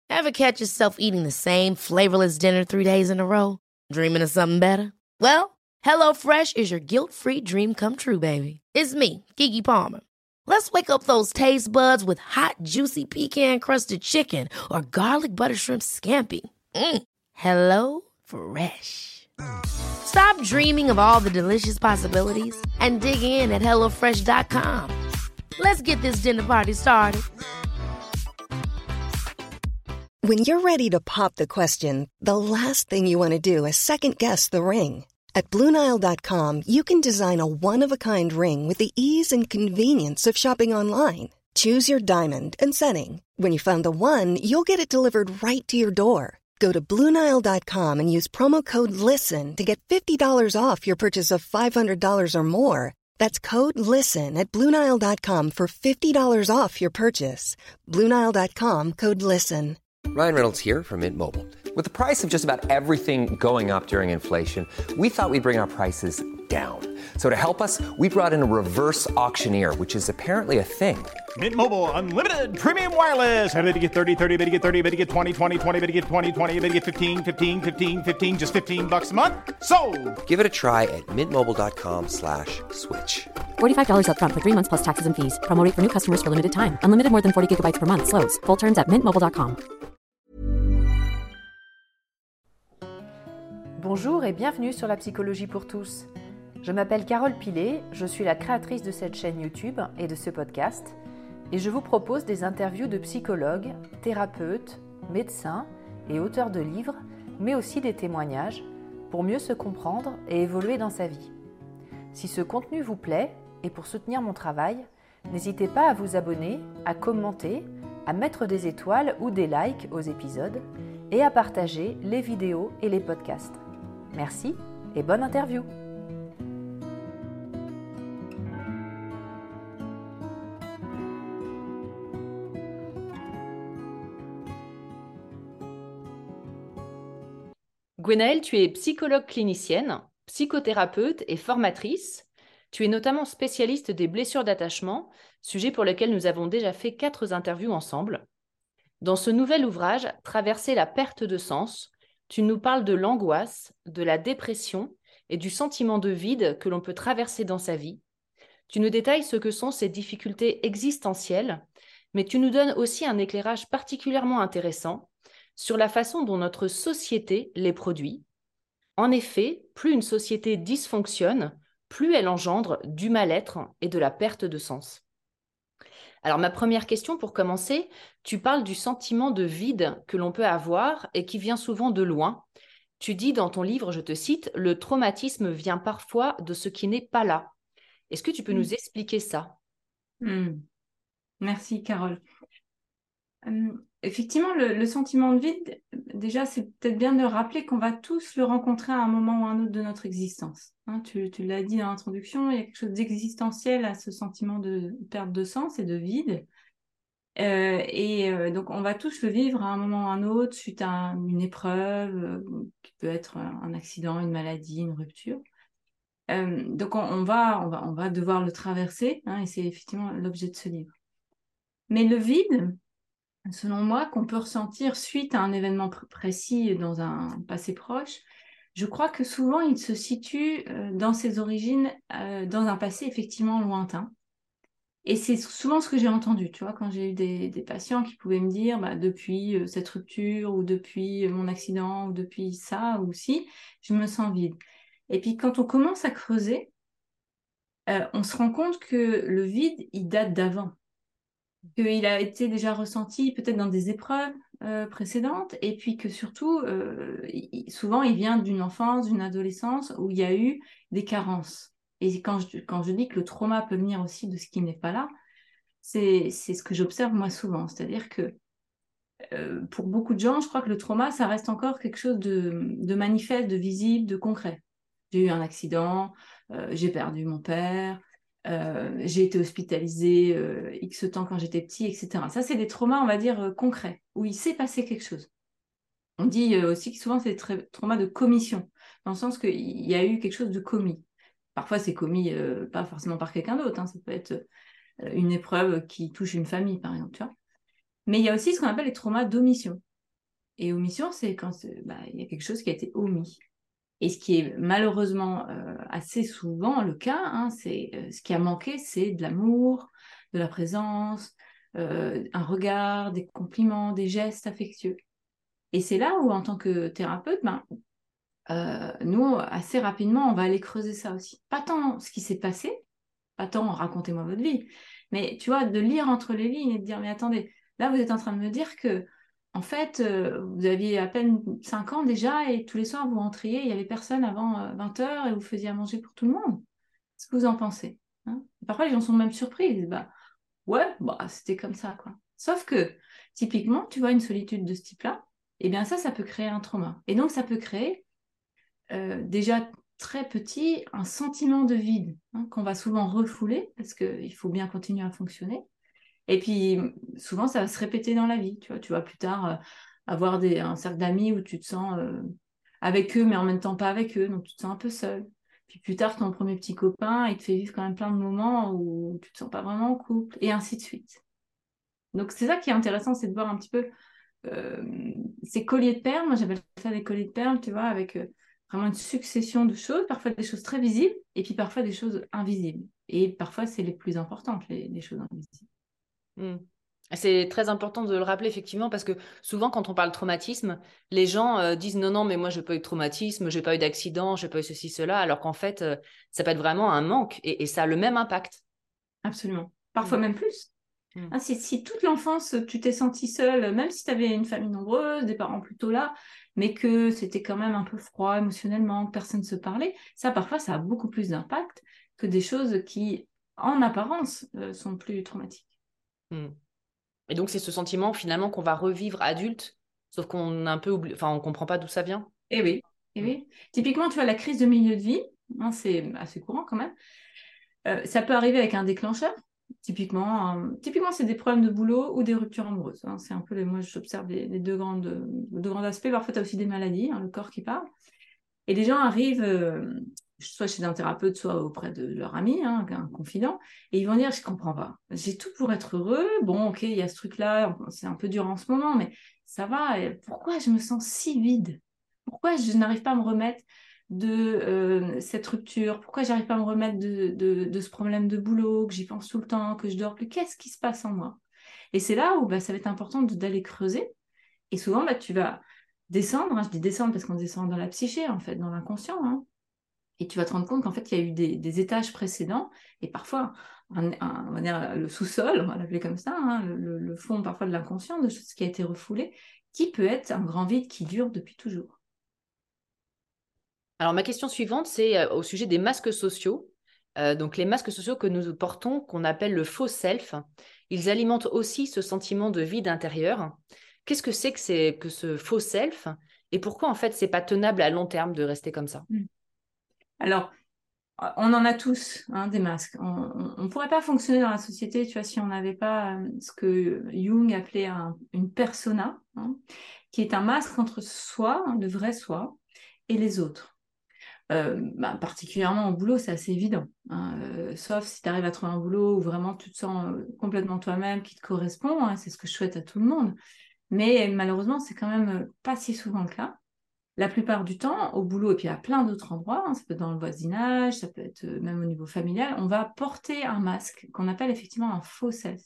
Ever catch yourself eating the same flavorless dinner 3 days in a row? Dreaming of something better? Well, HelloFresh is your guilt-free dream come true, baby. It's me, Keke Palmer. Let's wake up those taste buds with hot, juicy pecan-crusted chicken or garlic butter shrimp scampi. Hello Fresh. Stop dreaming of all the delicious possibilities and dig in at HelloFresh.com. Let's get this dinner party started. When you're ready to pop the question, the last thing you want to do is second-guess the ring. At BlueNile.com, you can design a one-of-a-kind ring with the ease and convenience of shopping online. Choose your diamond and setting. When you find the one, you'll get it delivered right to your door. Go to BlueNile.com and use promo code LISTEN to get $50 off your purchase of $500 or more. That's code LISTEN at BlueNile.com for $50 off your purchase. BlueNile.com, code LISTEN. Ryan Reynolds here from Mint Mobile. With the price of just about everything going up during inflation, we thought we'd bring our prices down. So to help us, we brought in a reverse auctioneer, which is apparently a thing. Mint Mobile Unlimited Premium Wireless. How to get 30, 30, bit to get 30, bit to get 20, 20, 20, bit to get 20, 20, bit to get 15, 15, 15, 15, just $15 a month? Sold! Give it a try at mintmobile.com/switch. $45 up front for 3 months plus taxes and fees. Promo rate for new customers for limited time. Unlimited more than 40 gigabytes per month. Slows full terms at mintmobile.com. Bonjour et bienvenue sur la psychologie pour tous. Je m'appelle Carole Pilet, je suis la créatrice de cette chaîne YouTube et de ce podcast et je vous propose des interviews de psychologues, thérapeutes, médecins et auteurs de livres, mais aussi des témoignages pour mieux se comprendre et évoluer dans sa vie. Si ce contenu vous plaît et pour soutenir mon travail, n'hésitez pas à vous abonner, à commenter, à mettre des étoiles ou des likes aux épisodes et à partager les vidéos et les podcasts. Merci et bonne interview. Gwenaëlle, tu es psychologue clinicienne, psychothérapeute et formatrice. Tu es notamment spécialiste des blessures d'attachement, sujet pour lequel nous avons déjà fait 4 interviews ensemble. Dans ce nouvel ouvrage, Traverser la perte de sens, tu nous parles de l'angoisse, de la dépression et du sentiment de vide que l'on peut traverser dans sa vie. Tu nous détailles ce que sont ces difficultés existentielles, mais tu nous donnes aussi un éclairage particulièrement intéressant sur la façon dont notre société les produit. En effet, plus une société dysfonctionne, plus elle engendre du mal-être et de la perte de sens. Alors ma première question pour commencer, tu parles du sentiment de vide que l'on peut avoir et qui vient souvent de loin. Tu dis dans ton livre, je te cite, « Le traumatisme vient parfois de ce qui n'est pas là ». Est-ce que tu peux nous expliquer ça ? Merci Carole. Effectivement, le sentiment de vide, déjà, c'est peut-être bien de rappeler qu'on va tous le rencontrer à un moment ou à un autre de notre existence. Hein, tu l'as dit dans l'introduction, il y a quelque chose d'existentiel à ce sentiment de perte de sens et de vide. Donc, on va tous le vivre à un moment ou à un autre suite à une épreuve, qui peut être un accident, une maladie, une rupture. Donc, on va devoir le traverser, hein, et c'est effectivement l'objet de ce livre. Mais le vide, selon moi, qu'on peut ressentir suite à un événement précis dans un passé proche, je crois que souvent il se situe dans ses origines dans un passé effectivement lointain. Et c'est souvent ce que j'ai entendu, tu vois, quand j'ai eu des patients qui pouvaient me dire, depuis cette rupture ou depuis mon accident ou depuis ça ou ci, je me sens vide. Et puis quand on commence à creuser, on se rend compte que le vide, il date d'avant. Qu'il a été déjà ressenti peut-être dans des épreuves précédentes, et puis que surtout, souvent, il vient d'une enfance, d'une adolescence où il y a eu des carences. Et quand je dis que le trauma peut venir aussi de ce qui n'est pas là, c'est ce que j'observe moi souvent. C'est-à-dire que pour beaucoup de gens, je crois que le trauma, ça reste encore quelque chose de manifeste, de visible, de concret. J'ai eu un accident, j'ai perdu mon père, j'ai été hospitalisée X temps quand j'étais petit, etc. Ça, c'est des traumas, on va dire, concrets, où il s'est passé quelque chose. On dit aussi que souvent, c'est des traumas de commission, dans le sens qu'il y a eu quelque chose de commis. Parfois, c'est commis pas forcément par quelqu'un d'autre, hein, ça peut être une épreuve qui touche une famille, par exemple, tu vois. Mais il y a aussi ce qu'on appelle les traumas d'omission. Et omission, c'est quand il y a quelque chose qui a été omis. Et ce qui est malheureusement assez souvent le cas, hein, c'est ce qui a manqué, c'est de l'amour, de la présence, un regard, des compliments, des gestes affectueux. Et c'est là où, en tant que thérapeute, nous, assez rapidement, on va aller creuser ça aussi. Pas tant ce qui s'est passé, pas tant racontez-moi votre vie, mais tu vois, de lire entre les lignes et de dire, mais attendez, là, vous êtes en train de me dire que, en fait, vous aviez à peine 5 ans déjà et tous les soirs, vous rentriez, il n'y avait personne avant 20 heures et vous faisiez à manger pour tout le monde. Qu'est-ce que vous en pensez, hein? Parfois, les gens sont même surpris. Ils disent, ouais, c'était comme ça, quoi. Sauf que, typiquement, tu vois, une solitude de ce type-là, eh bien ça peut créer un trauma. Et donc, ça peut créer déjà très petit un sentiment de vide, hein, qu'on va souvent refouler parce qu'il faut bien continuer à fonctionner. Et puis, souvent, ça va se répéter dans la vie. Tu vas plus tard avoir un cercle d'amis où tu te sens avec eux, mais en même temps pas avec eux, donc tu te sens un peu seul. Puis plus tard, ton premier petit copain, il te fait vivre quand même plein de moments où tu te sens pas vraiment en couple, et ainsi de suite. Donc, c'est ça qui est intéressant, c'est de voir un petit peu ces colliers de perles. Moi, j'appelle ça des colliers de perles, tu vois, avec vraiment une succession de choses, parfois des choses très visibles, et puis parfois des choses invisibles. Et parfois, c'est les plus importantes, les choses invisibles. C'est très important de le rappeler, effectivement, parce que souvent, quand on parle traumatisme, les gens disent non, mais moi, je n'ai pas eu de traumatisme, je n'ai pas eu d'accident, je n'ai pas eu ceci, cela, alors qu'en fait, ça peut être vraiment un manque et ça a le même impact. Absolument. Parfois même plus. Hein, si toute l'enfance, tu t'es sentie seule, même si tu avais une famille nombreuse, des parents plutôt là, mais que c'était quand même un peu froid émotionnellement, que personne ne se parlait, ça, parfois, ça a beaucoup plus d'impact que des choses qui, en apparence, sont plus traumatiques. Et donc, c'est ce sentiment, finalement, qu'on va revivre adulte, sauf qu'on a un peu oublié, enfin, on ne comprend pas d'où ça vient. Eh oui, eh oui. Typiquement, tu vois, la crise de milieu de vie, hein, c'est assez courant quand même. Ça peut arriver avec un déclencheur. Typiquement, c'est des problèmes de boulot ou des ruptures amoureuses, hein. C'est un peu, moi, j'observe les deux grands aspects. Parfois, tu as aussi des maladies, hein, le corps qui parle. Et les gens arrivent, soit chez un thérapeute, soit auprès de leur ami, hein, un confident, et ils vont dire, je comprends pas. J'ai tout pour être heureux. Bon, ok, il y a ce truc-là, c'est un peu dur en ce moment, mais ça va. Et pourquoi je me sens si vide? Pourquoi je n'arrive pas à me remettre de cette rupture? Pourquoi j'arrive pas à me remettre de ce problème de boulot, que j'y pense tout le temps, que je dors plus? Qu'est-ce qui se passe en moi? Et c'est là où ça va être important d'aller creuser. Et souvent, tu vas descendre, hein, je dis descendre parce qu'on descend dans la psyché, en fait, dans l'inconscient, hein. Et tu vas te rendre compte qu'en fait, il y a eu des étages précédents, et parfois, on va dire le sous-sol, on va l'appeler comme ça, hein, le fond parfois de l'inconscient, de ce qui a été refoulé, qui peut être un grand vide qui dure depuis toujours. Alors, ma question suivante, c'est au sujet des masques sociaux. Donc, les masques sociaux que nous portons, qu'on appelle le faux self, ils alimentent aussi ce sentiment de vide intérieur. Qu'est-ce que c'est que ce faux self et pourquoi, en fait, c'est pas tenable à long terme de rester comme ça? Alors, on en a tous, hein, des masques. On ne pourrait pas fonctionner dans la société, tu vois, si on n'avait pas ce que Jung appelait une persona, hein, qui est un masque entre soi, hein, le vrai soi, et les autres. Particulièrement au boulot, c'est assez évident, hein, sauf si tu arrives à trouver un boulot où vraiment tu te sens complètement toi-même, qui te correspond, hein, c'est ce que je souhaite à tout le monde. Mais malheureusement, c'est quand même pas si souvent le cas. La plupart du temps, au boulot et puis à plein d'autres endroits, hein, ça peut être dans le voisinage, ça peut être même au niveau familial, on va porter un masque qu'on appelle effectivement un faux self.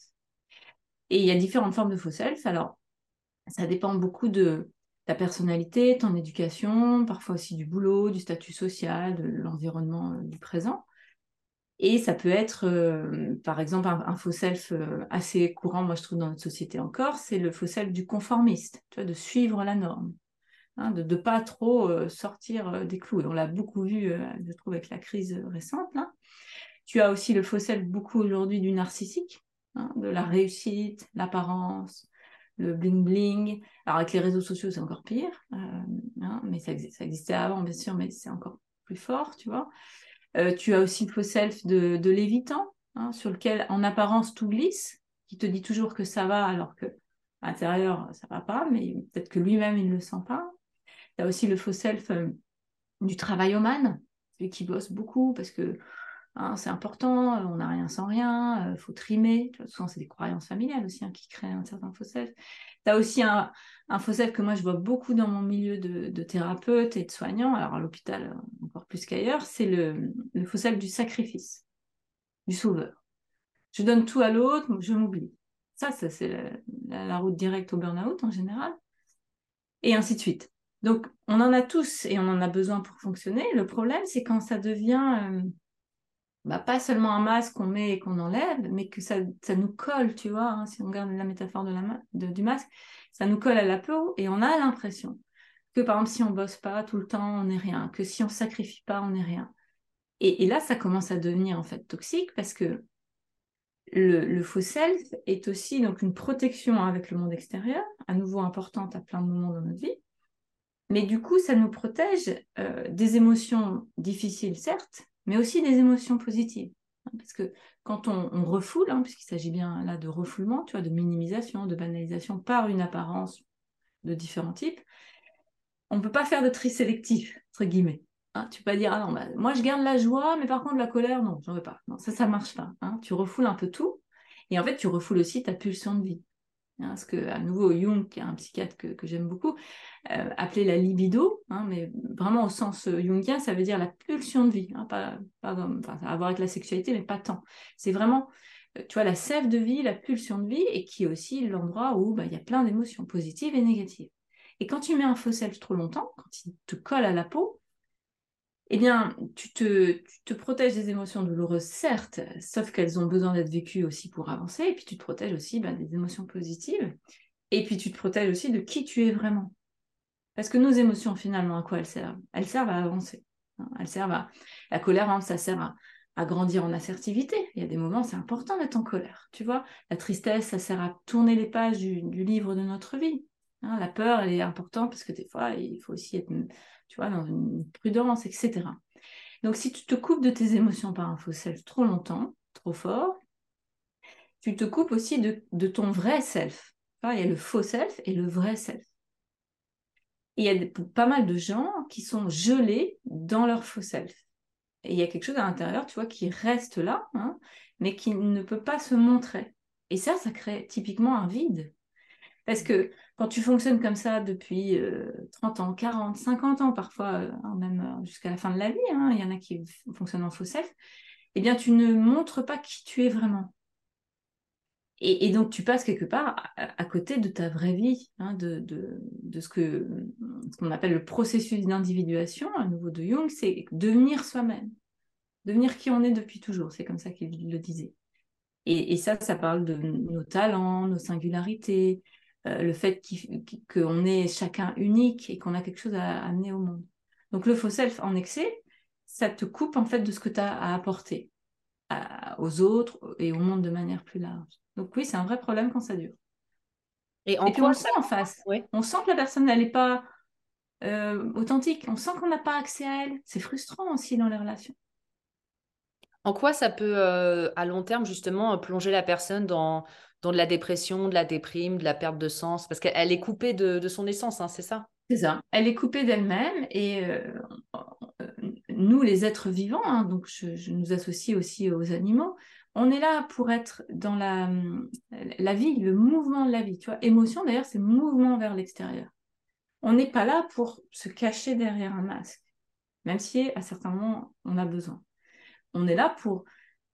Et il y a différentes formes de faux self. Alors, ça dépend beaucoup de ta personnalité, ton éducation, parfois aussi du boulot, du statut social, de l'environnement du présent. Et ça peut être, par exemple, un faux self assez courant, moi je trouve, dans notre société encore, c'est le faux self du conformiste, tu vois, de suivre la norme, hein, de ne pas trop sortir des clous. Et on l'a beaucoup vu, je trouve, avec la crise récente, là. Tu as aussi le faux self beaucoup aujourd'hui du narcissique, hein, de la réussite, l'apparence, le bling-bling. Alors avec les réseaux sociaux, c'est encore pire, hein, mais ça existait avant, bien sûr, mais c'est encore plus fort, tu vois. Tu as aussi le faux self de l'évitant, hein, sur lequel, en apparence, tout glisse, qui te dit toujours que ça va, alors que à l'intérieur, ça va pas, mais peut-être que lui-même, il ne le sent pas. Tu as aussi le faux self du travailloman, celui qui bosse beaucoup, parce que hein, c'est important, on n'a rien sans rien, faut trimer. Tu vois, souvent, c'est des croyances familiales aussi, hein, qui créent un certain faux self. Tu as aussi un faux self que moi, je vois beaucoup dans mon milieu de thérapeute et de soignant, alors à l'hôpital encore plus qu'ailleurs, c'est le faux self du sacrifice, du sauveur. Je donne tout à l'autre, je m'oublie. Ça c'est la route directe au burn-out en général, et ainsi de suite. Donc, on en a tous et on en a besoin pour fonctionner. Le problème, c'est quand ça devient pas seulement un masque qu'on met et qu'on enlève, mais que ça nous colle, tu vois, hein, si on regarde la métaphore du masque, ça nous colle à la peau et on a l'impression que, par exemple, si on bosse pas tout le temps, on n'est rien, que si on sacrifie pas, on n'est rien. Et là, ça commence à devenir en fait toxique parce que le faux self est aussi donc une protection avec le monde extérieur, à nouveau importante à plein de moments dans notre vie, mais du coup, ça nous protège des émotions difficiles, certes, mais aussi des émotions positives. Parce que quand on refoule, hein, puisqu'il s'agit bien là de refoulement, tu vois, de minimisation, de banalisation par une apparence de différents types, on ne peut pas faire de tri sélectif, entre guillemets. Hein, tu peux pas dire, ah non, moi je garde la joie, mais par contre la colère, non, j'en veux pas. Non, ça marche pas. Hein. Tu refoules un peu tout, et en fait, tu refoules aussi ta pulsion de vie. Hein, ce que, à nouveau, Jung, qui est un psychiatre que j'aime beaucoup, appelait la libido, hein, mais vraiment au sens jungien, ça veut dire la pulsion de vie. Hein, ça a à voir avec la sexualité, mais pas tant. C'est vraiment, tu vois, la sève de vie, la pulsion de vie, et qui est aussi l'endroit où il y a plein d'émotions positives et négatives. Et quand tu mets un faux self trop longtemps, quand il te colle à la peau, eh bien, tu te protèges des émotions douloureuses, certes, sauf qu'elles ont besoin d'être vécues aussi pour avancer, et puis tu te protèges aussi des émotions positives, et puis tu te protèges aussi de qui tu es vraiment. Parce que nos émotions, finalement, à quoi elles servent? Elles servent à avancer. Elles servent à... La colère, ça sert à grandir en assertivité. Il y a des moments, c'est important d'être en colère, tu vois. La tristesse, ça sert à tourner les pages du livre de notre vie. Hein, la peur, elle est importante parce que des fois, il faut aussi être, tu vois, dans une prudence, etc. Donc, si tu te coupes de tes émotions par un faux self trop longtemps, trop fort, tu te coupes aussi de ton vrai self. Enfin, il y a le faux self et le vrai self. Et il y a pas mal de gens qui sont gelés dans leur faux self. Et il y a quelque chose à l'intérieur, tu vois, qui reste là, hein, mais qui ne peut pas se montrer. Et ça crée typiquement un vide. Parce que quand tu fonctionnes comme ça depuis 30 ans, 40, 50 ans, parfois même jusqu'à la fin de la vie, hein, il y en a qui fonctionnent en faux self, eh bien, tu ne montres pas qui tu es vraiment. Et donc, tu passes quelque part à côté de ta vraie vie, hein, de ce qu'on appelle le processus d'individuation, à nouveau de Jung, c'est devenir soi-même, devenir qui on est depuis toujours, c'est comme ça qu'il le disait. Et ça parle de nos talents, nos singularités, le fait qu'on est chacun unique et qu'on a quelque chose à amener au monde. Donc, le faux self en excès, ça te coupe en fait de ce que tu as à apporter aux autres et au monde de manière plus large. Donc oui, c'est un vrai problème quand ça dure. Et puis on le sent en face. Ouais. On sent que la personne, elle n'est pas authentique. On sent qu'on n'a pas accès à elle. C'est frustrant aussi dans les relations. En quoi ça peut, à long terme, justement, plonger la personne dans de la dépression, de la déprime, de la perte de sens? Parce qu'elle est coupée de son essence, hein, c'est ça? C'est ça. Elle est coupée d'elle-même et nous, les êtres vivants, hein, donc je nous associe aussi aux animaux, on est là pour être dans la vie, le mouvement de la vie. Tu vois, émotion, d'ailleurs, c'est mouvement vers l'extérieur. On n'est pas là pour se cacher derrière un masque, même si à certains moments, on a besoin. On est là pour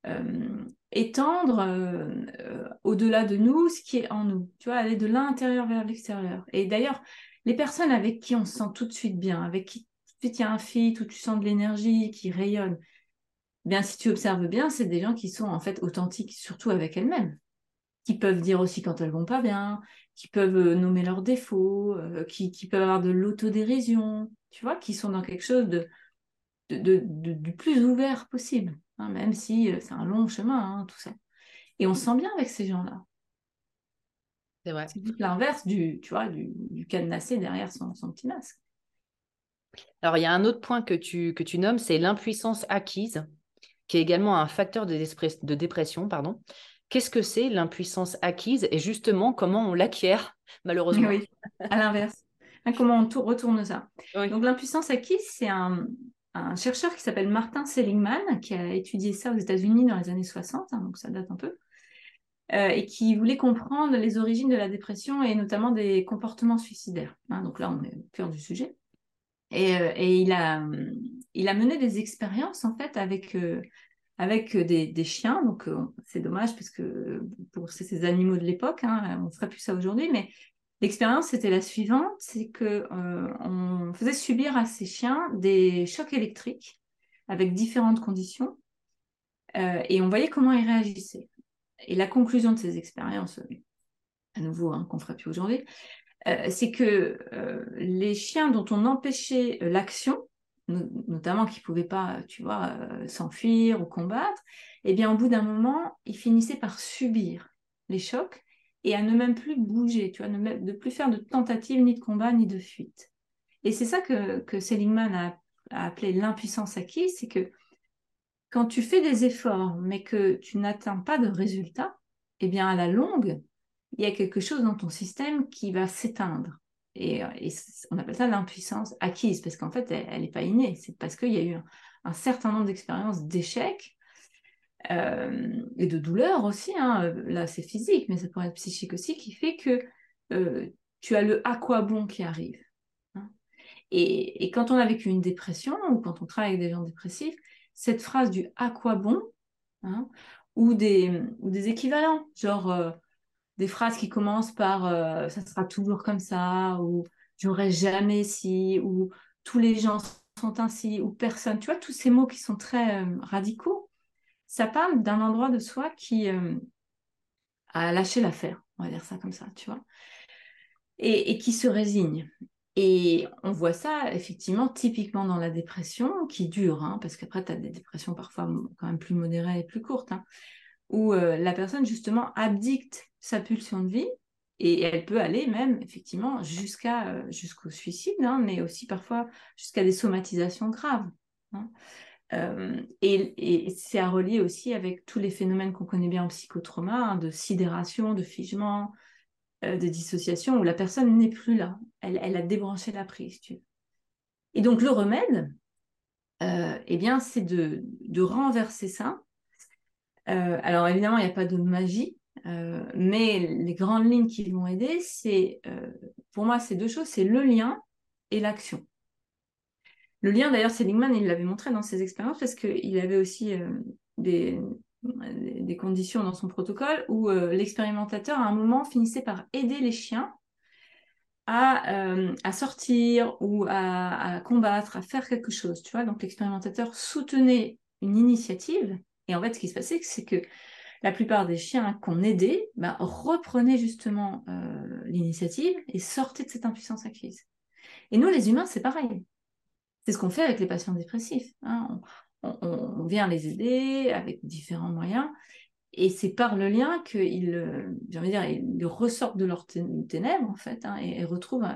étendre au-delà de nous ce qui est en nous. Tu vois, aller de l'intérieur vers l'extérieur. Et d'ailleurs, les personnes avec qui on se sent tout de suite bien, avec qui tout de suite il y a un fit, où tu sens de l'énergie qui rayonne, bien, si tu observes bien, c'est des gens qui sont en fait authentiques, surtout avec elles-mêmes, qui peuvent dire aussi quand elles vont pas bien, qui peuvent nommer leurs défauts, qui peuvent avoir de l'autodérision, tu vois, qui sont dans quelque chose du plus ouvert possible, hein, même si c'est un long chemin, hein, tout ça. Et on se sent bien avec ces gens-là. C'est vrai. C'est tout l'inverse du cadenassé derrière son petit masque. Alors, il y a un autre point que tu nommes, c'est l'impuissance acquise, qui est également un facteur de dépression, pardon. Qu'est-ce que c'est l'impuissance acquise et justement comment on l'acquiert, malheureusement? Oui, à l'inverse. Comment on retourne ça? Oui. Donc l'impuissance acquise, c'est un un chercheur qui s'appelle Martin Seligman, qui a étudié ça aux États-Unis dans les années 60, donc ça date un peu, et qui voulait comprendre les origines de la dépression et notamment des comportements suicidaires. Donc là, on est au cœur du sujet. Et il a mené des expériences, en fait, avec des chiens. Donc, c'est dommage, parce que pour ces animaux de l'époque, on ne ferait plus ça aujourd'hui, mais l'expérience, c'était la suivante, c'est qu'on faisait subir à ces chiens des chocs électriques avec différentes conditions, et on voyait comment ils réagissaient. Et la conclusion de ces expériences, à nouveau, qu'on ne ferait plus aujourd'hui, c'est que les chiens dont on empêchait l'action, notamment qui ne pouvaient pas, tu vois, s'enfuir ou combattre, eh bien, au bout d'un moment, ils finissaient par subir les chocs et à ne même plus bouger, tu vois, de plus faire de tentatives ni de combat ni de fuite. Et c'est ça que Seligman a appelé l'impuissance acquise, c'est que quand tu fais des efforts mais que tu n'atteins pas de résultat, eh bien, à la longue, il y a quelque chose dans ton système qui va s'éteindre. Et on appelle ça l'impuissance acquise, parce qu'en fait, elle n'est pas innée. C'est parce qu'il y a eu un certain nombre d'expériences d'échecs et de douleurs aussi. Là, c'est physique, mais ça pourrait être psychique aussi, qui fait que tu as le « à quoi bon » qui arrive. Et quand on a vécu une dépression, ou quand on travaille avec des gens dépressifs, cette phrase du « à quoi bon », ou des équivalents, genre des phrases qui commencent par ça sera toujours comme ça, ou j'aurai jamais si, ou tous les gens sont ainsi, ou personne. Tu vois, tous ces mots qui sont très radicaux, ça parle d'un endroit de soi qui a lâché l'affaire, on va dire ça comme ça, tu vois, et qui se résigne. Et on voit ça, effectivement, typiquement dans la dépression, qui dure, parce qu'après, tu as des dépressions parfois quand même plus modérées et plus courtes, où la personne, justement, abdicte sa pulsion de vie, et elle peut aller même, effectivement, jusqu'au suicide, mais aussi parfois jusqu'à des somatisations graves. Et c'est à relier aussi avec tous les phénomènes qu'on connaît bien en psychotrauma, de sidération, de figement, de dissociation, où la personne n'est plus là. Elle a débranché la prise, tu vois. Et donc, le remède, eh bien, c'est de renverser ça. Alors, évidemment, il n'y a pas de magie, mais les grandes lignes qui vont aider, pour moi, c'est deux choses, c'est le lien et l'action. Le lien, d'ailleurs, Seligman, il l'avait montré dans ses expériences, parce qu'il avait aussi des conditions dans son protocole où l'expérimentateur, à un moment, finissait par aider les chiens à sortir ou à combattre, à faire quelque chose, tu vois. Donc, l'expérimentateur soutenait une initiative, et en fait, ce qui se passait, c'est que la plupart des chiens qu'on aidait reprenaient justement l'initiative et sortaient de cette impuissance acquise. Et nous, les humains, c'est pareil. C'est ce qu'on fait avec les patients dépressifs. On vient les aider avec différents moyens, et c'est par le lien qu'ils ressortent de leurs ténèbres, en fait, et retrouvent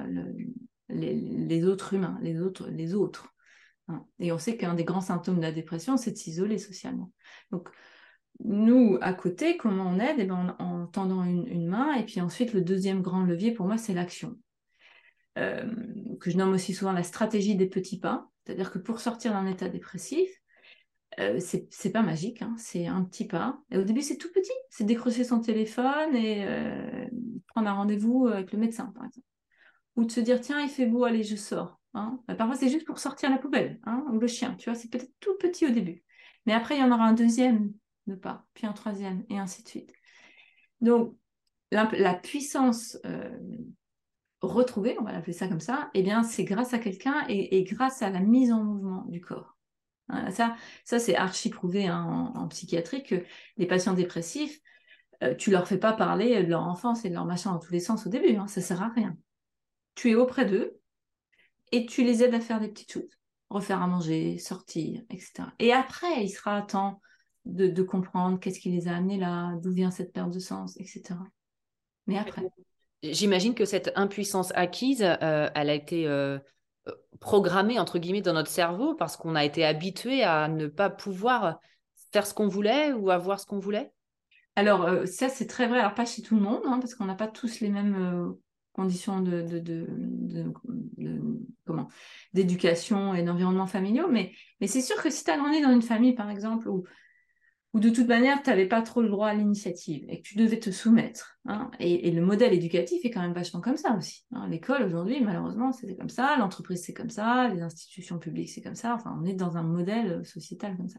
les autres humains, les autres. Et on sait qu'un des grands symptômes de la dépression, c'est de s'isoler socialement. Donc, nous, à côté, comment on aide? En tendant une main, et puis ensuite, le deuxième grand levier, pour moi, c'est l'action. Que je nomme aussi souvent la stratégie des petits pas, c'est-à-dire que pour sortir d'un état dépressif, c'est pas magique, c'est un petit pas. Et au début, c'est tout petit, c'est décrocher son téléphone et prendre un rendez-vous avec le médecin, par exemple. Ou de se dire, tiens, il fait beau, allez, je sors. Parfois, c'est juste pour sortir la poubelle, ou le chien, tu vois, c'est peut-être tout petit au début. Mais après, il y en aura un deuxième de pas, puis un troisième, et ainsi de suite. Donc, la puissance retrouvée, on va l'appeler ça comme ça, eh bien, c'est grâce à quelqu'un et grâce à la mise en mouvement du corps. Ça c'est archi prouvé en psychiatrie, que les patients dépressifs, tu leur fais pas parler de leur enfance et de leur machin dans tous les sens au début, ça sert à rien. Tu es auprès d'eux et tu les aides à faire des petites choses, refaire à manger, sortir, etc. Et après, il sera temps de comprendre qu'est-ce qui les a amenés là, d'où vient cette perte de sens, etc. Mais après. J'imagine que cette impuissance acquise, elle a été programmée, entre guillemets, dans notre cerveau parce qu'on a été habitué à ne pas pouvoir faire ce qu'on voulait ou avoir ce qu'on voulait. Alors, ça, c'est très vrai. Alors, pas chez tout le monde, parce qu'on n'a pas tous les mêmes conditions d'éducation et d'environnement familiaux. Mais c'est sûr que si tu as grandi dans une famille, par exemple, où de toute manière, tu n'avais pas trop le droit à l'initiative et que tu devais te soumettre. Hein, et le modèle éducatif est quand même vachement comme ça aussi. Hein. L'école, aujourd'hui, malheureusement, c'est comme ça. L'entreprise, c'est comme ça. Les institutions publiques, c'est comme ça. Enfin, on est dans un modèle sociétal comme ça.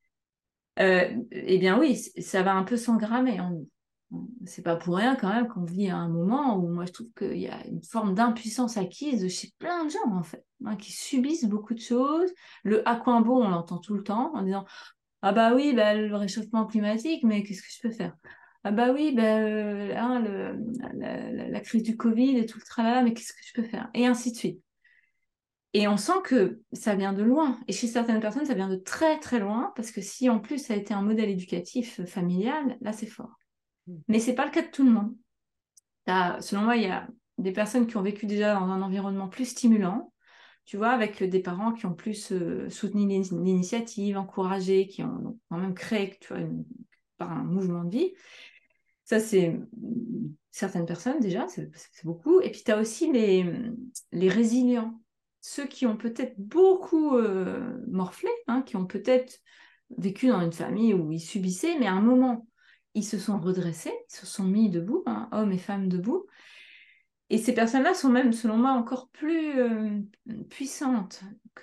Eh bien oui, ça va un peu s'engrammer en nous. C'est pas pour rien quand même qu'on vit à un moment où moi je trouve qu'il y a une forme d'impuissance acquise chez plein de gens en fait, hein, qui subissent beaucoup de choses. Le à quoi bon, on l'entend tout le temps en disant ah bah oui, bah, le réchauffement climatique, mais qu'est-ce que je peux faire? Ah bah oui, bah, hein, la crise du Covid et tout le tralala, mais qu'est-ce que je peux faire? Et ainsi de suite. Et on sent que ça vient de loin. Et chez certaines personnes, ça vient de très très loin, parce que si en plus ça a été un modèle éducatif familial, là c'est fort. Mais c'est pas le cas de tout le monde. Selon moi, il y a des personnes qui ont vécu déjà dans un environnement plus stimulant, tu vois, avec des parents qui ont plus soutenu l'initiative, encouragé, qui ont quand même créé, tu vois, par un mouvement de vie. Ça, c'est certaines personnes déjà, c'est beaucoup. Et puis, tu as aussi les résilients, ceux qui ont peut-être beaucoup morflé, hein, qui ont peut-être vécu dans une famille où ils subissaient, mais à un moment, ils se sont redressés, ils se sont mis debout, hein, hommes et femmes debout. Et ces personnes-là sont même, selon moi, encore plus puissantes que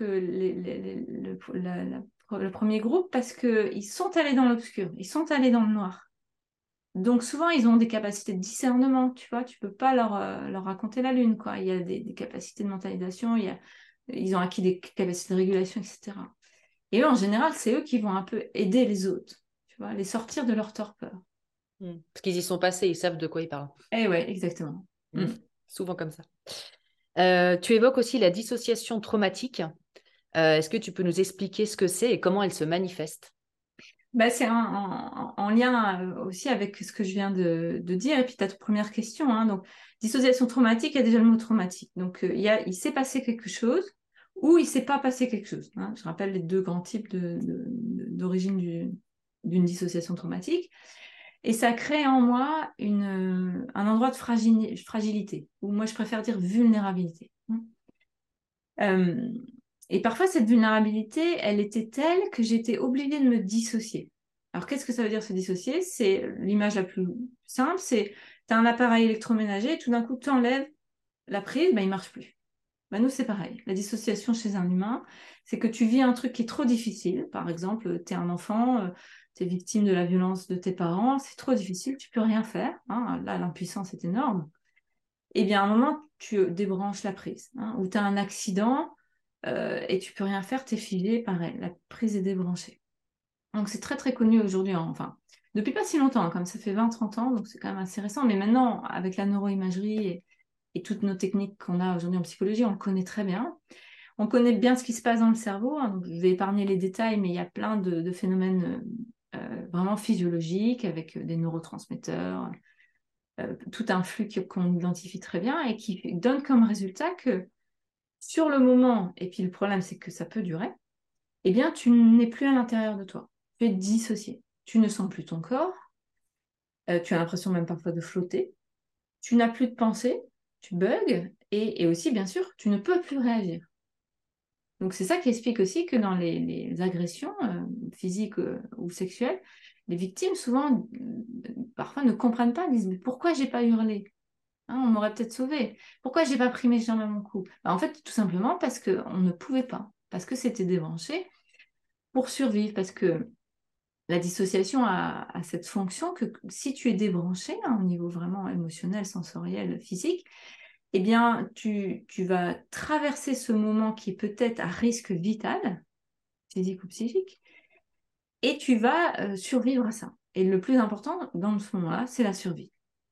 le premier groupe parce qu'ils sont allés dans l'obscur, ils sont allés dans le noir. Donc souvent, ils ont des capacités de discernement, tu vois, tu peux pas leur raconter la lune, quoi. Il y a des capacités de mentalisation, ils ont acquis des capacités de régulation, etc. Et eux, en général, c'est eux qui vont un peu aider les autres, tu vois, les sortir de leur torpeur. Parce qu'ils y sont passés, ils savent de quoi ils parlent. Eh ouais, exactement. Souvent comme ça. Tu évoques aussi la dissociation traumatique. Est-ce que tu peux nous expliquer ce que c'est et comment elle se manifeste? Bah, c'est en lien aussi avec ce que je viens de dire. Et puis, tu as ta première question. Hein, donc, dissociation traumatique, il y a déjà le mot traumatique. Donc, il s'est passé quelque chose ou il ne s'est pas passé quelque chose. Hein. Je rappelle les deux grands types d'origine d'une dissociation traumatique. Et ça crée en moi un endroit de fragilité, ou moi je préfère dire vulnérabilité. Et parfois cette vulnérabilité, elle était telle que j'étais obligée de me dissocier. Alors qu'est-ce que ça veut dire se dissocier? C'est l'image la plus simple, c'est tu as un appareil électroménager et tout d'un coup tu enlèves la prise, ben, il ne marche plus. Ben, nous c'est pareil. La dissociation chez un humain, c'est que tu vis un truc qui est trop difficile. Par exemple, tu es un enfant... tu es victime de la violence de tes parents, c'est trop difficile, tu peux rien faire. Hein, là, l'impuissance est énorme. Et bien, à un moment, tu débranches la prise. Hein, ou tu as un accident et tu peux rien faire, tu es figé, pareil, la prise est débranchée. Donc, c'est très, très connu aujourd'hui. Enfin, depuis pas si longtemps, comme ça fait 20-30 ans, donc c'est quand même assez récent. Mais maintenant, avec la neuroimagerie et toutes nos techniques qu'on a aujourd'hui en psychologie, on le connaît très bien. On connaît bien ce qui se passe dans le cerveau. Hein, donc je vais épargner les détails, mais il y a plein de phénomènes... vraiment physiologique, avec des neurotransmetteurs, tout un flux qu'on identifie très bien et qui donne comme résultat que sur le moment, et puis le problème c'est que ça peut durer, eh bien tu n'es plus à l'intérieur de toi, tu es dissocié, tu ne sens plus ton corps, tu as l'impression même parfois de flotter, tu n'as plus de pensée, tu bugs, et aussi bien sûr, tu ne peux plus réagir. Donc c'est ça qui explique aussi que dans les agressions physiques ou sexuelles, les victimes souvent, parfois ne comprennent pas, disent mais pourquoi j'ai pas hurlé? Hein, on m'aurait peut-être sauvé. Pourquoi j'ai pas pris mes jambes à mon cou? En fait, tout simplement parce qu'on ne pouvait pas, parce que c'était débranché pour survivre, parce que la dissociation a cette fonction que si tu es débranché, hein, au niveau vraiment émotionnel, sensoriel, physique, eh bien, tu vas traverser ce moment qui est peut-être à risque vital, physique ou psychique, et tu vas survivre à ça. Et le plus important dans ce moment-là, c'est la survie.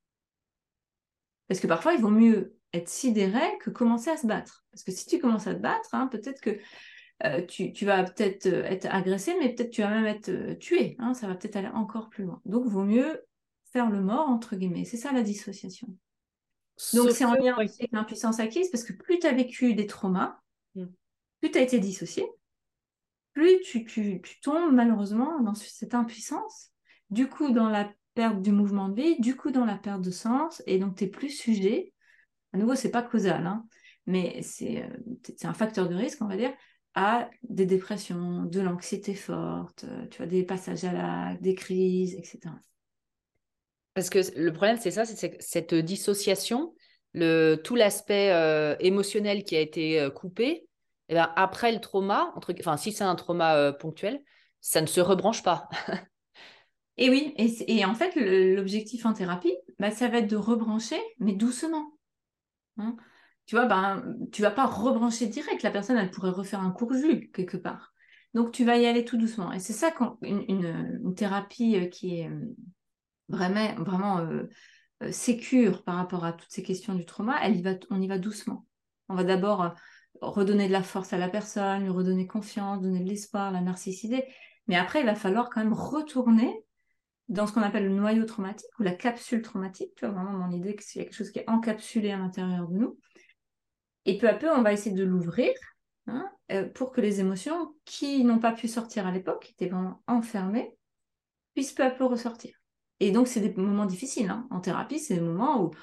Parce que parfois, il vaut mieux être sidéré que commencer à se battre. Parce que si tu commences à te battre, hein, peut-être que tu vas peut-être être agressé, mais peut-être tu vas même être tué. Hein, ça va peut-être aller encore plus loin. Donc, il vaut mieux faire le mort, entre guillemets. C'est ça la dissociation. Donc, c'est en lien avec l'impuissance acquise, parce que plus tu as vécu des traumas, plus tu as été dissocié, plus tu tombes malheureusement dans cette impuissance, du coup dans la perte du mouvement de vie, du coup dans la perte de sens, et donc tu n'es plus sujet À nouveau, c'est pas causal, hein, mais c'est un facteur de risque, on va dire, à des dépressions, de l'anxiété forte, tu vois, des passages à l'acte, des crises, etc. Parce que le problème, c'est ça, c'est que cette dissociation, tout l'aspect émotionnel qui a été coupé, eh ben, après le trauma, enfin, si c'est un trauma ponctuel, ça ne se rebranche pas. Et oui, et en fait, l'objectif en thérapie, bah, ça va être de rebrancher, mais doucement. Hein. Tu vois, tu vas pas rebrancher direct. La personne, elle pourrait refaire un court jus quelque part. Donc, tu vas y aller tout doucement. Et c'est ça une thérapie qui est vraiment sécure par rapport à toutes ces questions du trauma, on y va doucement. On va d'abord redonner de la force à la personne, lui redonner confiance, donner de l'espoir, la narcissiser. Mais après, il va falloir quand même retourner dans ce qu'on appelle le noyau traumatique ou la capsule traumatique. Tu vois, vraiment mon idée que c'est quelque chose qui est encapsulé à l'intérieur de nous. Et peu à peu, on va essayer de l'ouvrir, hein, pour que les émotions qui n'ont pas pu sortir à l'époque, qui étaient vraiment enfermées, puissent peu à peu ressortir. Et donc, c'est des moments difficiles. Hein. En thérapie, c'est des moments où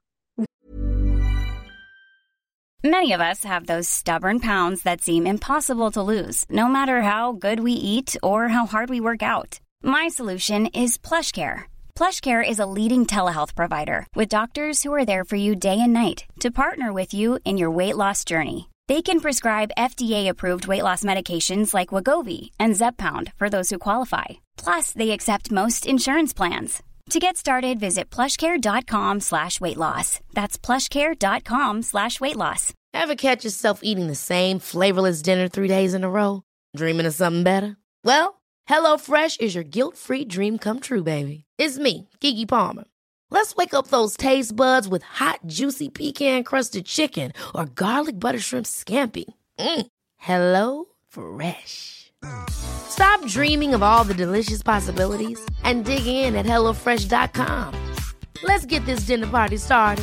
Many of us have those stubborn pounds that seem impossible to lose, no matter how good we eat or how hard we work out. My solution is PlushCare. PlushCare is a leading telehealth provider with doctors who are there for you day and night to partner with you in your weight loss journey. They can prescribe FDA-approved weight loss medications like Wegovy and Zepbound for those who qualify. Plus, they accept most insurance plans. To get started, visit plushcare.com/weightloss. That's plushcare.com/weightloss. Ever catch yourself eating the same flavorless dinner 3 days in a row? Dreaming of something better? Well, HelloFresh is your guilt-free dream come true, baby. It's me, Keke Palmer. Let's wake up those taste buds with hot, juicy pecan-crusted chicken or garlic butter shrimp scampi. Hello Fresh. Stop dreaming of all the delicious possibilities and dig in at HelloFresh.com. Let's get this dinner party started.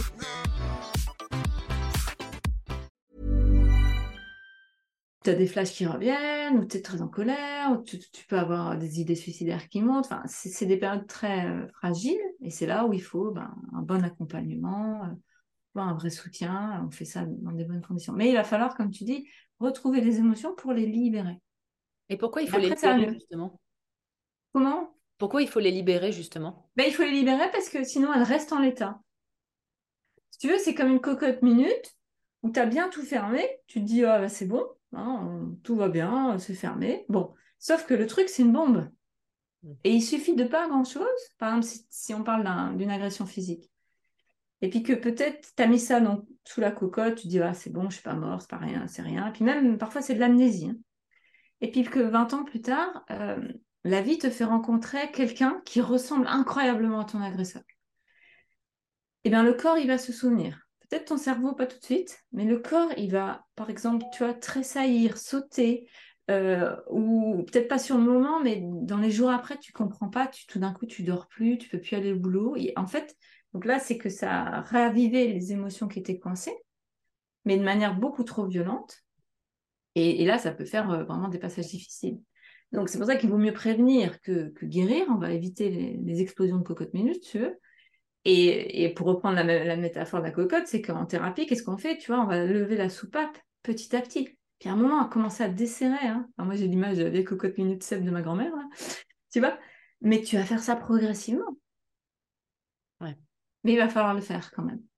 tu as des flashs qui reviennent, ou tu es très en colère, ou tu peux avoir des idées suicidaires qui montent. Enfin, c'est des périodes très fragiles, et c'est là où il faut un bon accompagnement, un vrai soutien. On fait ça dans des bonnes conditions. Mais il va falloir, comme tu dis, retrouver les émotions pour les libérer. Et pourquoi il faut les libérer, justement? Comment? Pourquoi il faut les libérer, justement? Il faut les libérer parce que sinon, elles restent en l'état. Si tu veux, c'est comme une cocotte minute où tu as bien tout fermé. Tu te dis, c'est bon, hein, tout va bien, c'est fermé. Bon, sauf que le truc, c'est une bombe. Et il suffit de pas grand-chose. Par exemple, si on parle d'une agression physique. Et puis que peut-être tu as mis ça sous la cocotte, tu te dis, c'est bon, je suis pas mort, c'est pas rien, c'est rien. Et puis même, parfois, c'est de l'amnésie. Hein. Et puis que 20 ans plus tard, la vie te fait rencontrer quelqu'un qui ressemble incroyablement à ton agresseur. Eh bien, le corps, il va se souvenir. Peut-être ton cerveau, pas tout de suite, mais le corps, il va, par exemple, tressaillir, sauter, ou peut-être pas sur le moment, mais dans les jours après, tu comprends pas, tout d'un coup, tu dors plus, tu peux plus aller au boulot. Et en fait, donc là, c'est que ça a ravivé les émotions qui étaient coincées, mais de manière beaucoup trop violente. Et là, ça peut faire vraiment des passages difficiles. Donc, c'est pour ça qu'il vaut mieux prévenir que guérir. On va éviter les explosions de cocotte minute, si tu veux. Et pour reprendre la métaphore de la cocotte, c'est qu'en thérapie, qu'est-ce qu'on fait? Tu vois, on va lever la soupape petit à petit. Puis à un moment, on va commencer à desserrer. Hein. Alors moi, j'ai l'image de la vieille cocotte minute cèpe de ma grand-mère, là. Tu vois? Mais tu vas faire ça progressivement. Ouais. Mais il va falloir le faire quand même.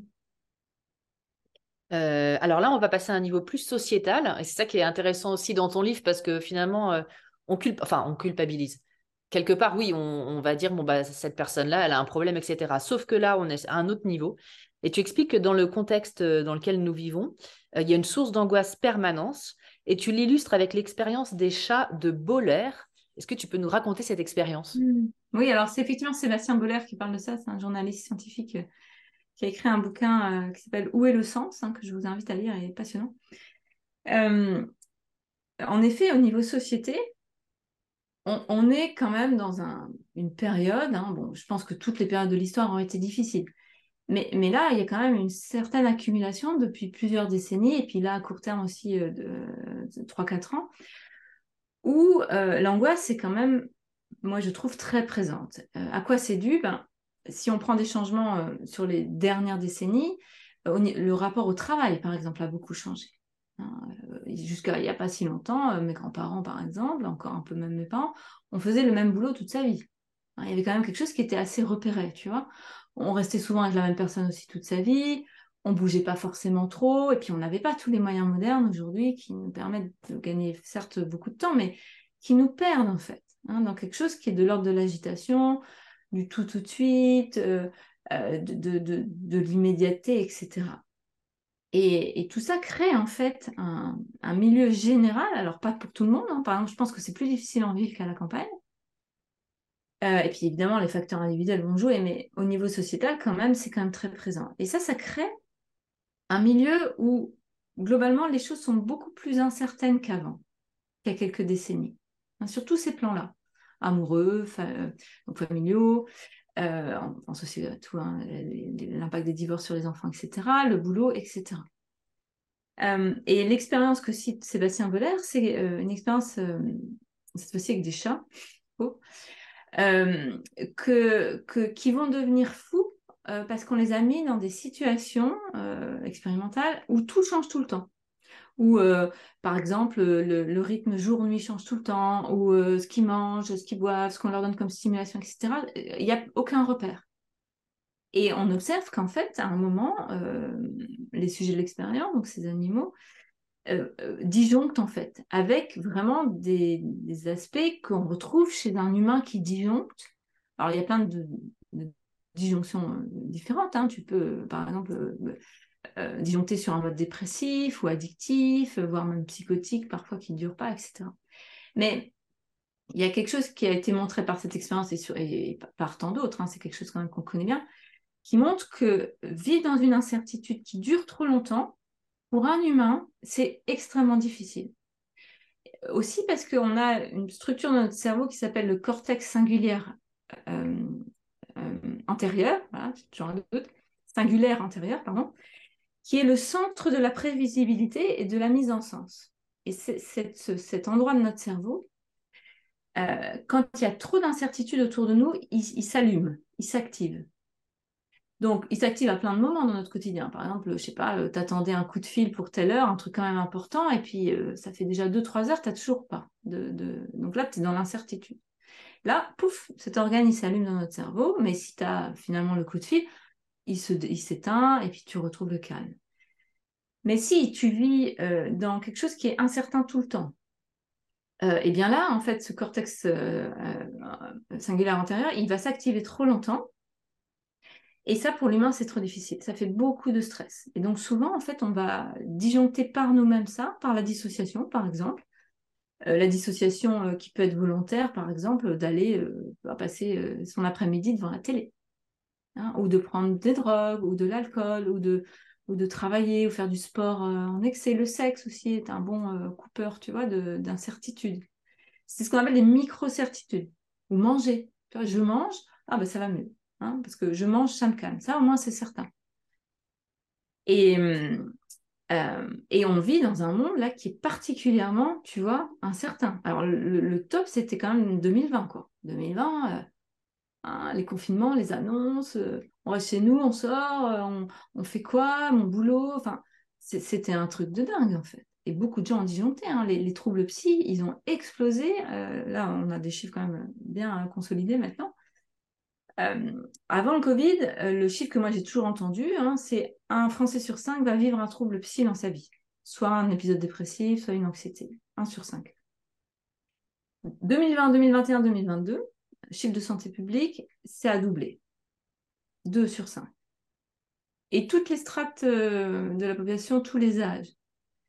Alors là, on va passer à un niveau plus sociétal. Et c'est ça qui est intéressant aussi dans ton livre, parce que finalement, on culpabilise. Quelque part, oui, on va dire, cette personne-là, elle a un problème, etc. Sauf que là, on est à un autre niveau. Et tu expliques que dans le contexte dans lequel nous vivons, il y a une source d'angoisse permanente. Et tu l'illustres avec l'expérience des chats de Boller. Est-ce que tu peux nous raconter cette expérience? Oui, alors c'est effectivement Sébastien Boller qui parle de ça. C'est un journaliste scientifique qui a écrit un bouquin qui s'appelle « Où est le sens ?» que je vous invite à lire, il est passionnant. En effet, au niveau société, on est quand même dans une période, je pense que toutes les périodes de l'histoire ont été difficiles, mais là, il y a quand même une certaine accumulation depuis plusieurs décennies, et puis là, à court terme aussi de 3-4 ans, où l'angoisse est quand même, moi je trouve, très présente. À quoi c'est dû? Si on prend des changements sur les dernières décennies, Le rapport au travail, par exemple, a beaucoup changé. Jusqu'à il n'y a pas si longtemps, mes grands-parents, par exemple, encore un peu même mes parents, on faisait le même boulot toute sa vie. Il y avait quand même quelque chose qui était assez repéré, tu vois. On restait souvent avec la même personne aussi toute sa vie, on bougeait pas forcément trop, et puis on n'avait pas tous les moyens modernes aujourd'hui qui nous permettent de gagner certes beaucoup de temps, mais qui nous perdent en fait, dans quelque chose qui est de l'ordre de l'agitation, du tout de suite, de l'immédiateté, etc. Et tout ça crée en fait un milieu général, alors pas pour tout le monde, par exemple je pense que c'est plus difficile en ville qu'à la campagne, et puis évidemment les facteurs individuels vont jouer, mais au niveau sociétal quand même c'est quand même très présent. Et ça crée un milieu où globalement les choses sont beaucoup plus incertaines qu'avant, qu'il y a quelques décennies, sur tous ces plans-là, amoureux, donc familiaux, en société, tout, l'impact des divorces sur les enfants, etc., le boulot, etc. Et l'expérience que cite Sébastien Boller, c'est une expérience, cette fois-ci avec des chats, qui vont devenir fous parce qu'on les a mis dans des situations expérimentales où tout change tout le temps. Où, par exemple, le rythme jour-nuit change tout le temps, ou ce qu'ils mangent, ce qu'ils boivent, ce qu'on leur donne comme stimulation, etc. Il n'y a aucun repère. Et on observe qu'en fait, à un moment, les sujets de l'expérience, donc ces animaux, disjonctent en fait, avec vraiment des aspects qu'on retrouve chez un humain qui disjoncte. Alors, il y a plein de disjonctions différentes. Tu peux, par exemple, disjoncter sur un mode dépressif ou addictif, voire même psychotique, parfois qui ne dure pas, etc. Mais il y a quelque chose qui a été montré par cette expérience et par tant d'autres, c'est quelque chose quand même qu'on connaît bien, qui montre que vivre dans une incertitude qui dure trop longtemps, pour un humain, c'est extrêmement difficile. Aussi parce qu'on a une structure dans notre cerveau qui s'appelle le cortex singulaire antérieur, voilà, j'ai toujours un doute, singulaire antérieur, pardon, qui est le centre de la prévisibilité et de la mise en sens. Et cet endroit de notre cerveau, quand il y a trop d'incertitudes autour de nous, il s'allume, il s'active. Donc, il s'active à plein de moments dans notre quotidien. Par exemple, je sais pas, t'attendais un coup de fil pour telle heure, un truc quand même important, et puis ça fait déjà 2-3 heures, t'as toujours pas. Donc là, tu es dans l'incertitude. Là, pouf, cet organe, il s'allume dans notre cerveau, mais si tu as finalement le coup de fil, il s'éteint, et puis tu retrouves le calme. Mais si tu vis dans quelque chose qui est incertain tout le temps, et bien là, en fait, ce cortex singulaire antérieur, il va s'activer trop longtemps. Et ça, pour l'humain, c'est trop difficile. Ça fait beaucoup de stress. Et donc, souvent, en fait, on va disjoncter par nous-mêmes ça, par la dissociation, par exemple. La dissociation qui peut être volontaire, par exemple, d'aller passer son après-midi devant la télé. Ou de prendre des drogues, ou de l'alcool, ou de travailler, ou faire du sport en excès. Le sexe aussi est un bon coupeur, tu vois, d'incertitude. C'est ce qu'on appelle des micro-certitudes. Ou manger. Tu vois, je mange, ça va mieux. Parce que je mange, ça me calme. Ça, au moins, c'est certain. Et on vit dans un monde là qui est particulièrement, tu vois, incertain. Alors, le top, c'était quand même 2020, quoi. 2020, les confinements, les annonces, on reste chez nous, on sort, on fait quoi, mon boulot, enfin, c'était un truc de dingue, en fait. Et beaucoup de gens ont disjoncté, les troubles psy, ils ont explosé. Là, on a des chiffres quand même bien consolidés maintenant. Avant le Covid, le chiffre que moi j'ai toujours entendu, c'est un Français sur 5 va vivre un trouble psy dans sa vie. Soit un épisode dépressif, soit une anxiété. 1 sur 5. 2020, 2021, 2022, chiffre de santé publique, c'est à doubler. 2 sur 5. Et toutes les strates de la population, tous les âges. Pourquoi ?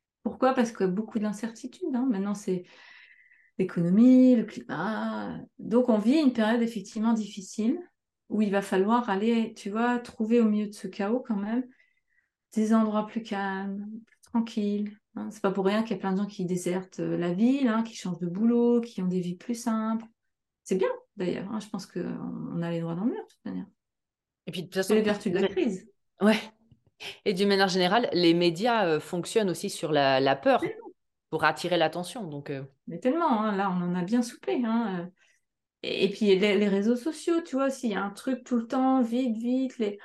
Parce qu'il y a beaucoup d'incertitudes. Maintenant, c'est l'économie, le climat. Donc, on vit une période effectivement difficile où il va falloir aller, tu vois, trouver au milieu de ce chaos quand même des endroits plus calmes, plus tranquilles. C'est pas pour rien qu'il y a plein de gens qui désertent la ville, qui changent de boulot, qui ont des vies plus simples. C'est bien, d'ailleurs. Je pense qu'on a les droits dans le mur, de toute manière. Et puis, de toute façon, c'est les vertus de la crise. Ouais. Et d'une manière générale, les médias fonctionnent aussi sur la peur pour attirer l'attention. Donc, Mais tellement, là, on en a bien soufflé. Et puis les réseaux sociaux, tu vois, s'il y a un truc tout le temps, vite,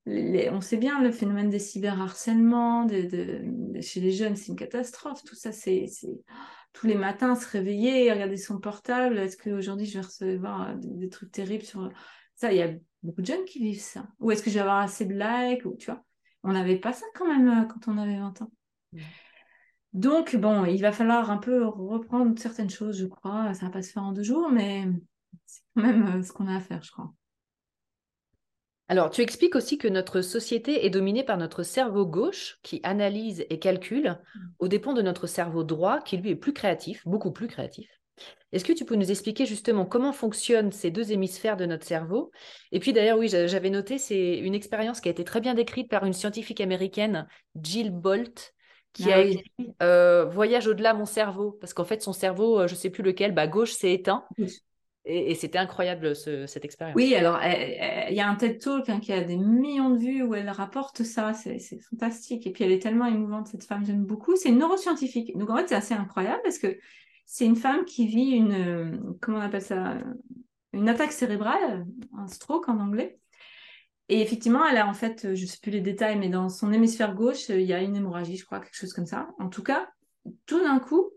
On sait bien le phénomène des cyberharcèlements, chez les jeunes, c'est une catastrophe. Tout ça, c'est tous les matins se réveiller, regarder son portable. Est-ce qu'aujourd'hui, je vais recevoir des trucs terribles sur ça? Il y a beaucoup de jeunes qui vivent ça. Ou est-ce que je vais avoir assez de likes? Ou, tu vois, on n'avait pas ça quand même quand on avait 20 ans. Donc, bon, il va falloir un peu reprendre certaines choses, je crois. Ça va pas se faire en 2 jours, mais c'est quand même ce qu'on a à faire, je crois. Alors, tu expliques aussi que notre société est dominée par notre cerveau gauche qui analyse et calcule aux dépens de notre cerveau droit qui, lui, est plus créatif, beaucoup plus créatif. Est-ce que tu peux nous expliquer justement comment fonctionnent ces 2 hémisphères de notre cerveau? Et puis d'ailleurs, oui, j'avais noté, c'est une expérience qui a été très bien décrite par une scientifique américaine, Jill Bolt, qui a écrit Voyage au-delà mon cerveau, parce qu'en fait, son cerveau, je ne sais plus lequel, gauche s'est éteint. Et c'était incroyable cette expérience. Oui, alors il y a un TED Talk qui a des millions de vues où elle rapporte ça, c'est fantastique. Et puis elle est tellement émouvante, cette femme, j'aime beaucoup. C'est une neuroscientifique. Donc en fait, c'est assez incroyable parce que c'est une femme qui vit comment on appelle ça, une attaque cérébrale, un stroke en anglais. Et effectivement, elle a en fait, je ne sais plus les détails, mais dans son hémisphère gauche, il y a une hémorragie, je crois, quelque chose comme ça. En tout cas, tout d'un coup,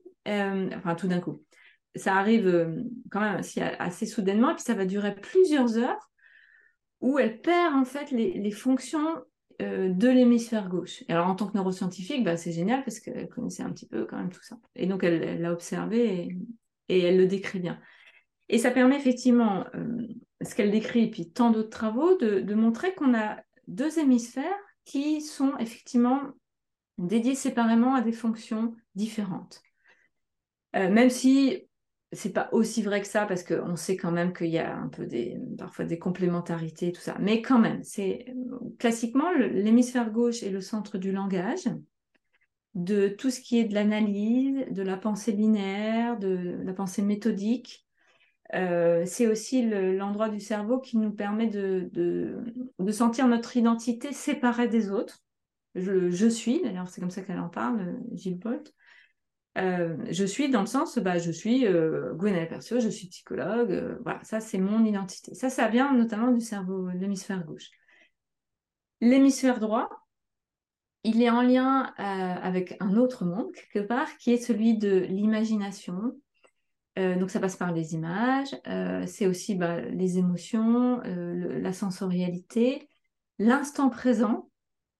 ça arrive quand même assez soudainement, et puis ça va durer plusieurs heures, où elle perd en fait les fonctions de l'hémisphère gauche. Et alors en tant que neuroscientifique, c'est génial parce qu'elle connaissait un petit peu quand même tout ça. Et donc elle l'a observé et elle le décrit bien. Et ça permet effectivement, ce qu'elle décrit, et puis tant d'autres travaux, de montrer qu'on a 2 hémisphères qui sont effectivement dédiés séparément à des fonctions différentes. Même si c'est pas aussi vrai que ça, parce qu'on sait quand même qu'il y a un peu parfois des complémentarités, tout ça. Mais quand même, classiquement, l'hémisphère gauche est le centre du langage, de tout ce qui est de l'analyse, de la pensée linéaire, de la pensée méthodique. C'est aussi l'endroit du cerveau qui nous permet de sentir notre identité séparée des autres. Je suis, d'ailleurs c'est comme ça qu'elle en parle, Gilles Bolt. Je suis dans le sens, je suis Gwenaëlle Perciot, je suis psychologue, voilà, ça c'est mon identité. Ça vient notamment du cerveau, de l'hémisphère gauche. L'hémisphère droit, il est en lien avec un autre monde, quelque part, qui est celui de l'imagination. Donc ça passe par les images, c'est aussi les émotions, la sensorialité, l'instant présent.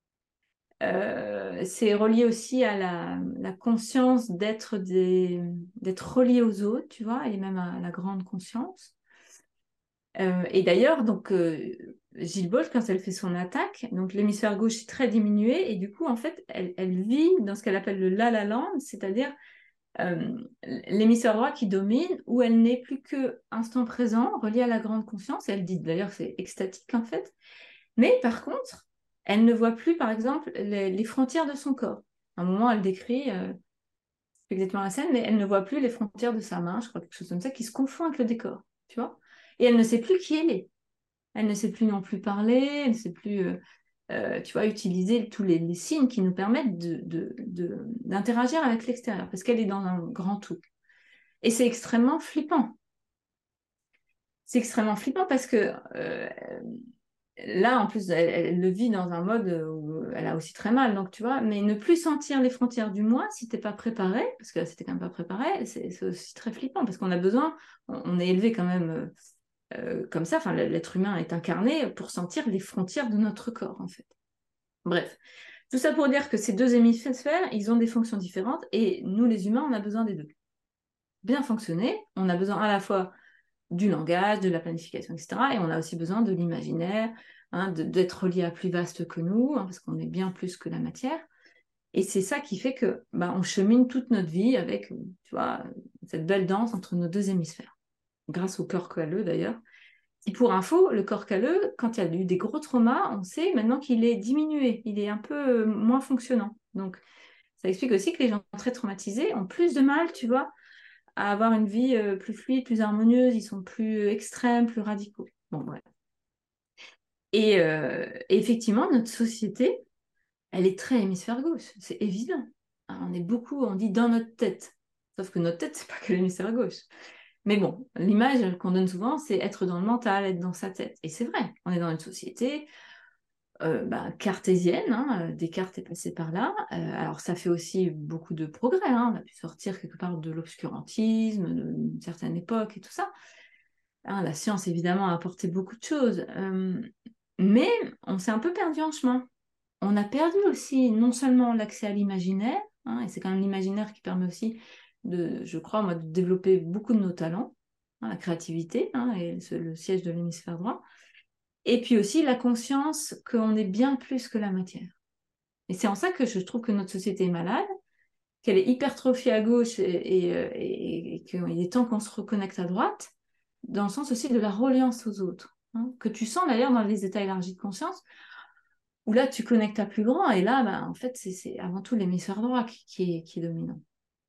C'est relié aussi à la conscience d'être relié aux autres, tu vois, et même à la grande conscience. Et d'ailleurs, donc Gilles Bolt, quand elle fait son attaque, donc l'hémisphère gauche est très diminué, et du coup, en fait, elle vit dans ce qu'elle appelle le la-la land, c'est-à-dire l'hémisphère droit qui domine, où elle n'est plus que instant présent, relié à la grande conscience. Et elle dit d'ailleurs c'est extatique en fait. Mais par contre, elle ne voit plus, par exemple, les frontières de son corps. À un moment, elle décrit exactement la scène, mais elle ne voit plus les frontières de sa main, je crois, quelque chose comme ça, qui se confond avec le décor, tu vois. Et elle ne sait plus qui elle est. Elle ne sait plus non plus parler, elle ne sait plus, tu vois, utiliser tous les signes qui nous permettent d'interagir avec l'extérieur, parce qu'elle est dans un grand tout. Et c'est extrêmement flippant. C'est extrêmement flippant parce que là, en plus, elle le vit dans un mode où elle a aussi très mal, donc tu vois, mais ne plus sentir les frontières du moi si t'es pas préparé, parce que là, c'était quand même pas préparé, c'est aussi très flippant, parce qu'on a besoin, on est élevé quand même comme ça, enfin, l'être humain est incarné pour sentir les frontières de notre corps, en fait. Bref, tout ça pour dire que ces 2 hémisphères, ils ont des fonctions différentes, et nous, les humains, on a besoin des 2. Bien fonctionner, on a besoin à la fois du langage, de la planification, etc. Et on a aussi besoin de l'imaginaire, d'être relié à plus vaste que nous, parce qu'on est bien plus que la matière. Et c'est ça qui fait que on chemine toute notre vie avec, tu vois, cette belle danse entre nos 2 hémisphères. Grâce au corps calleux, d'ailleurs. Et pour info, le corps calleux, quand il y a eu des gros traumas, on sait maintenant qu'il est diminué, il est un peu moins fonctionnant. Donc, ça explique aussi que les gens très traumatisés ont plus de mal, tu vois, à avoir une vie plus fluide, plus harmonieuse, ils sont plus extrêmes, plus radicaux. Bon, bref. Et effectivement, notre société, elle est très hémisphère gauche, c'est évident. On dit dans notre tête. Sauf que notre tête, c'est pas que l'hémisphère gauche. Mais bon, l'image qu'on donne souvent, c'est être dans le mental, être dans sa tête. Et c'est vrai, on est dans une société cartésienne, hein, Descartes est passé par là. Alors ça fait aussi beaucoup de progrès, hein, on a pu sortir quelque part de l'obscurantisme, d'une certaine époque et tout ça. Hein, la science évidemment a apporté beaucoup de choses, mais on s'est un peu perdu en chemin. On a perdu aussi non seulement l'accès à l'imaginaire, hein, et c'est quand même l'imaginaire qui permet aussi je crois, moi, de développer beaucoup de nos talents, hein, la créativité, hein, et le siège de l'hémisphère droit. Et puis aussi la conscience qu'on est bien plus que la matière. Et c'est en ça que je trouve que notre société est malade, qu'elle est hypertrophiée à gauche et qu'il est temps qu'on se reconnecte à droite, dans le sens aussi de la reliance aux autres, hein, que tu sens d'ailleurs dans les états élargis de conscience, où là tu connectes à plus grand, et là, en fait, c'est avant tout l'hémisphère droit qui est dominant.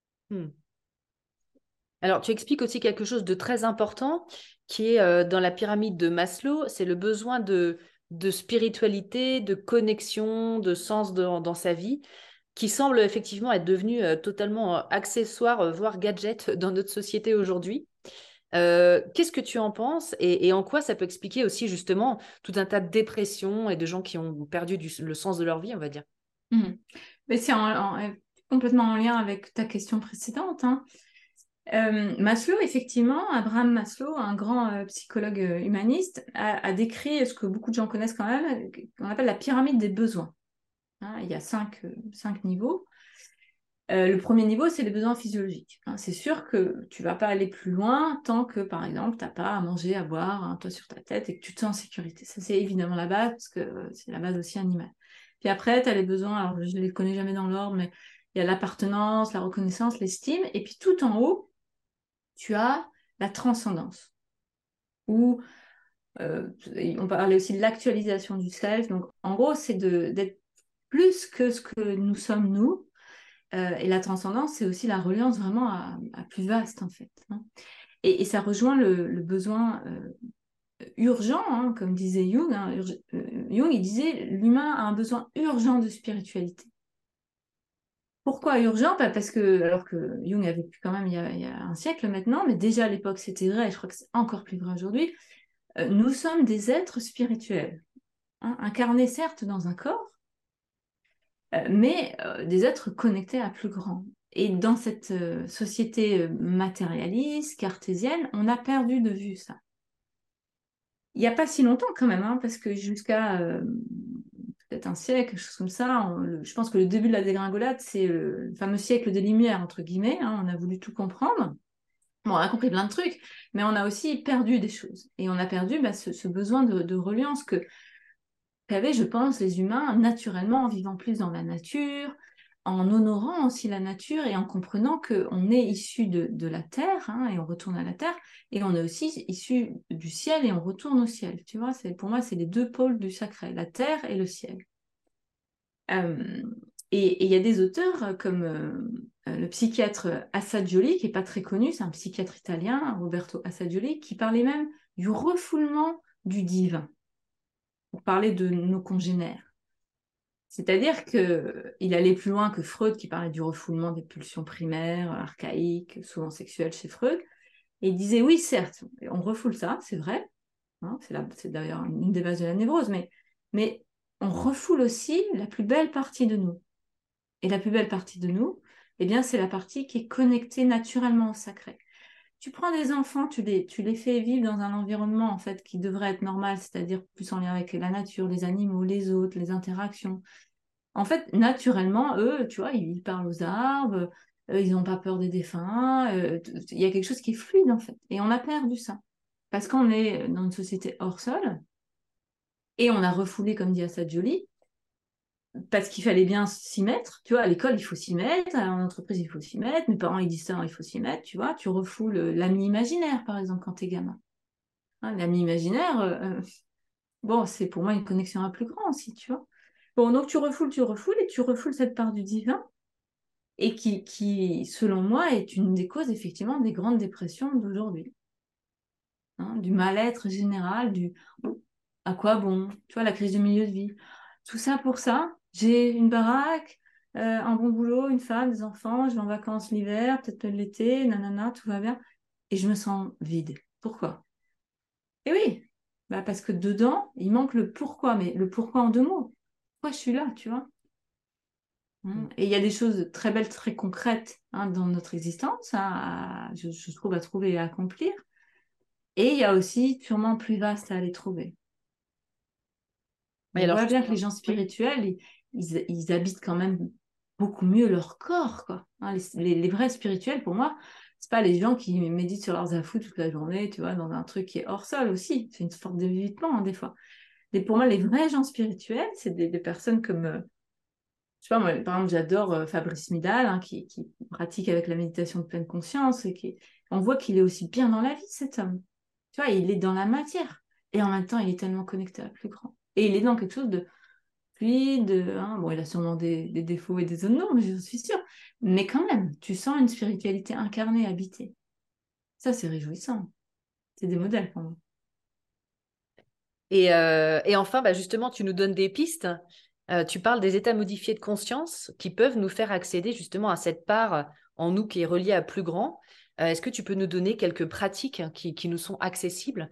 Alors, tu expliques aussi quelque chose de très important qui est dans la pyramide de Maslow, c'est le besoin de spiritualité, de connexion, de sens dans sa vie, qui semble effectivement être devenu totalement accessoire, voire gadget dans notre société aujourd'hui. Qu'est-ce que tu en penses et en quoi ça peut expliquer aussi justement tout un tas de dépressions et de gens qui ont perdu le sens de leur vie, on va dire. Mais c'est complètement en lien avec ta question précédente, hein. Maslow, effectivement, Abraham Maslow, un grand psychologue humaniste, a décrit ce que beaucoup de gens connaissent quand même, qu'on appelle la pyramide des besoins. Hein, il y a cinq niveaux. Le premier niveau, c'est les besoins physiologiques. Hein. C'est sûr que tu ne vas pas aller plus loin tant que, par exemple, tu n'as pas à manger, à boire, un toit sur ta tête et que tu te sens en sécurité. Ça, c'est évidemment la base, parce que c'est la base aussi animale. Puis après, tu as les besoins, alors je ne les connais jamais dans l'ordre, mais il y a l'appartenance, la reconnaissance, l'estime, et puis tout en haut, tu as la transcendance, où on parlait aussi de l'actualisation du self. Donc, en gros, c'est d'être plus que ce que nous sommes, nous. Et la transcendance, c'est aussi la reliance vraiment à plus vaste, en fait. Hein. Et ça rejoint le besoin urgent, hein, comme disait Jung. Hein, Jung, il disait, l'humain a un besoin urgent de spiritualité. Pourquoi urgent? Parce que, alors que Jung a vécu quand même il y a un siècle maintenant, mais déjà à l'époque c'était vrai, et je crois que c'est encore plus vrai aujourd'hui, nous sommes des êtres spirituels, hein, incarnés certes dans un corps, mais des êtres connectés à plus grand. Et dans cette société matérialiste, cartésienne, on a perdu de vue ça. Il n'y a pas si longtemps quand même, hein, parce que jusqu'à peut-être un siècle, quelque chose comme ça, je pense que le début de la dégringolade, c'est le fameux siècle des Lumières, entre guillemets, hein, on a voulu tout comprendre. Bon, on a compris plein de trucs, mais on a aussi perdu des choses. Et on a perdu ce besoin de reliance qu'avaient, je pense, les humains naturellement en vivant plus dans la nature, en honorant aussi la nature et en comprenant qu'on est issu de la terre, hein, et on retourne à la terre, et on est aussi issu du ciel et on retourne au ciel. Tu vois, pour moi, c'est les deux pôles du sacré, la terre et le ciel. Et il y a des auteurs comme le psychiatre Assagioli, qui n'est pas très connu, c'est un psychiatre italien, Roberto Assagioli, qui parlait même du refoulement du divin, pour parler de nos congénères. C'est-à-dire qu'il allait plus loin que Freud, qui parlait du refoulement des pulsions primaires, archaïques, souvent sexuelles chez Freud. Et il disait, oui, certes, on refoule ça, c'est vrai. Hein, c'est d'ailleurs une des bases de la névrose, mais on refoule aussi la plus belle partie de nous. Et la plus belle partie de nous, eh bien, c'est la partie qui est connectée naturellement au sacré. Tu prends des enfants, tu les fais vivre dans un environnement en fait qui devrait être normal, c'est-à-dire plus en lien avec la nature, les animaux, les autres, les interactions. En fait, naturellement, eux, tu vois, ils parlent aux arbres, ils n'ont pas peur des défunts, il y a quelque chose qui est fluide en fait. Et on a perdu ça. Parce qu'on est dans une société hors sol, et on a refoulé, comme dit Assagioli, parce qu'il fallait bien s'y mettre, tu vois, à l'école il faut s'y mettre, en entreprise il faut s'y mettre, mes parents ils disent ça, il faut s'y mettre, tu vois, tu refoules l'ami imaginaire par exemple quand t'es gamin. Hein, l'ami imaginaire, bon, c'est pour moi une connexion à plus grand aussi, tu vois. Bon, donc tu refoules et tu refoules cette part du divin, et qui selon moi est une des causes effectivement des grandes dépressions d'aujourd'hui. Hein, du mal-être général, à quoi bon, tu vois, la crise du milieu de vie. Tout ça pour ça. J'ai une baraque, un bon boulot, une femme, des enfants, je vais en vacances l'hiver, peut-être l'été, nanana, tout va bien. Et je me sens vide. Pourquoi? Et oui, Parce que dedans, il manque le pourquoi, mais le pourquoi en 2 mots. Pourquoi je suis là, tu vois? Et il y a des choses très belles, très concrètes dans notre existence, je trouve, à trouver et à accomplir. Et il y a aussi purement plus vaste à aller trouver. Oui, On alors voit bien que justement, les gens spirituels, ils habitent quand même beaucoup mieux leur corps, quoi. Les vrais spirituels, pour moi, c'est pas les gens qui méditent sur leurs afous toute la journée, tu vois, dans un truc qui est hors sol aussi. C'est une forme de vivitement, des fois. Et pour moi, les vrais gens spirituels, c'est des personnes comme... je sais pas, moi, par exemple, j'adore Fabrice Midal, qui pratique avec la méditation de pleine conscience. On voit qu'il est aussi bien dans la vie, cet homme. Tu vois, il est dans la matière. Et en même temps, il est tellement connecté à la plus grand. Et il est dans quelque chose de fluide. Bon, il a sûrement des défauts et des zones d'ombre, je suis sûre. Mais quand même, tu sens une spiritualité incarnée, habitée. Ça, c'est réjouissant. C'est des modèles pour moi. Et enfin, justement, tu nous donnes des pistes. Tu parles des états modifiés de conscience qui peuvent nous faire accéder justement à cette part en nous qui est reliée à plus grand. Est-ce que tu peux nous donner quelques pratiques qui nous sont accessibles?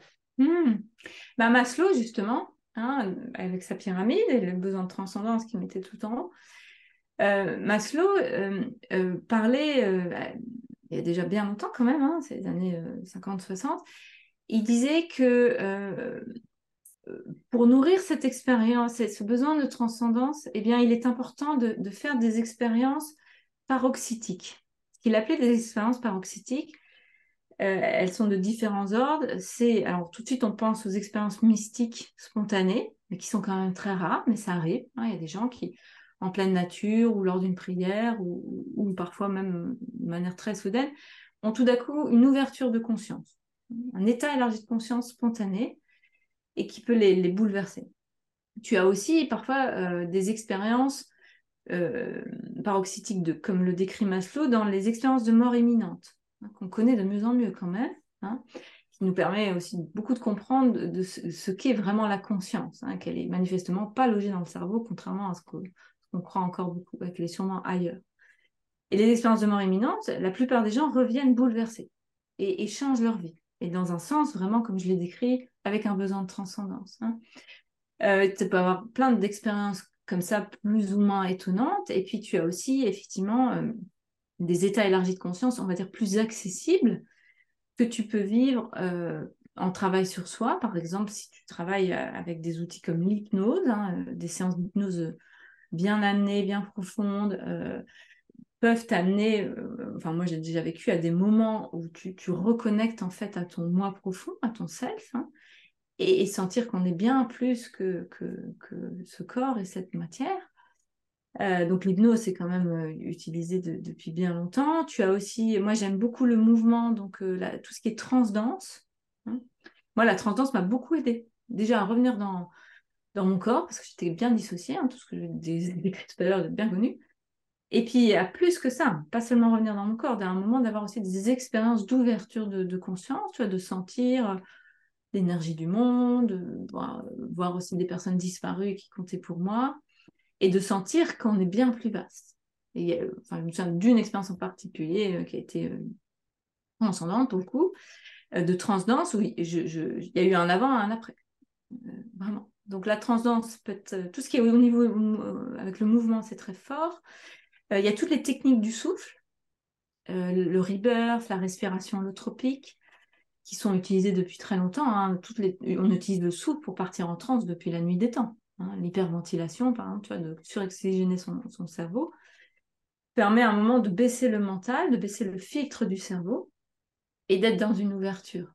Maslow, justement, avec sa pyramide et le besoin de transcendance qui mettait tout en haut, Maslow parlait, il y a déjà bien longtemps quand même, c'est les années 50-60, il disait que pour nourrir cette expérience et ce besoin de transcendance, eh bien, il est important de faire des expériences paroxytiques. Ce qu'il appelait des expériences paroxytiques, elles sont de différents ordres. Alors, tout de suite, on pense aux expériences mystiques spontanées, mais qui sont quand même très rares, mais ça arrive. Il y a des gens qui, en pleine nature ou lors d'une prière, ou parfois même de manière très soudaine, ont tout d'un coup une ouverture de conscience, un état élargi de conscience spontané, et qui peut les bouleverser. Tu as aussi parfois des expériences paroxytiques, comme le décrit Maslow, dans les expériences de mort imminente, qu'on connaît de mieux en mieux quand même, qui nous permet aussi beaucoup de comprendre de ce qu'est vraiment la conscience, qu'elle est manifestement pas logée dans le cerveau, contrairement à ce qu'on croit encore beaucoup, qu'elle est sûrement ailleurs. Et les expériences de mort imminente, la plupart des gens reviennent bouleversés et changent leur vie. Et dans un sens, vraiment, comme je l'ai décrit, avec un besoin de transcendance. Tu peux avoir plein d'expériences comme ça, plus ou moins étonnantes. Et puis, tu as aussi, effectivement, des états élargis de conscience, on va dire, plus accessibles, que tu peux vivre en travail sur soi. Par exemple, si tu travailles avec des outils comme l'hypnose, des séances d'hypnose bien amenées, bien profondes, peuvent t'amener, moi j'ai déjà vécu à des moments où tu reconnectes en fait à ton moi profond, à ton self, et sentir qu'on est bien plus que ce corps et cette matière. Donc l'hypnose c'est quand même utilisé depuis bien longtemps. Tu as aussi, moi j'aime beaucoup le mouvement, donc tout ce qui est transdanse. Moi la transdanse m'a beaucoup aidée, déjà à revenir dans mon corps, parce que j'étais bien dissociée, tout ce que j'ai décrit tout à l'heure, bien connu. Et puis, à plus que ça, pas seulement revenir dans mon corps, d'un moment d'avoir aussi des expériences d'ouverture de conscience, tu vois, de sentir l'énergie du monde, voir aussi des personnes disparues qui comptaient pour moi, et de sentir qu'on est bien plus vaste. Et, je me souviens d'une expérience en particulier qui a été transcendante pour le coup, de transdanse, où il y a eu un avant et un après. Vraiment. Donc la transdanse peut être, tout ce qui est au niveau avec le mouvement, c'est très fort. Il y a toutes les techniques du souffle, le rebirth, la respiration holotropique, qui sont utilisées depuis très longtemps. On utilise le souffle pour partir en transe depuis la nuit des temps. L'hyperventilation, par exemple, tu vois, de suroxygéner son cerveau, permet à un moment de baisser le mental, de baisser le filtre du cerveau et d'être dans une ouverture.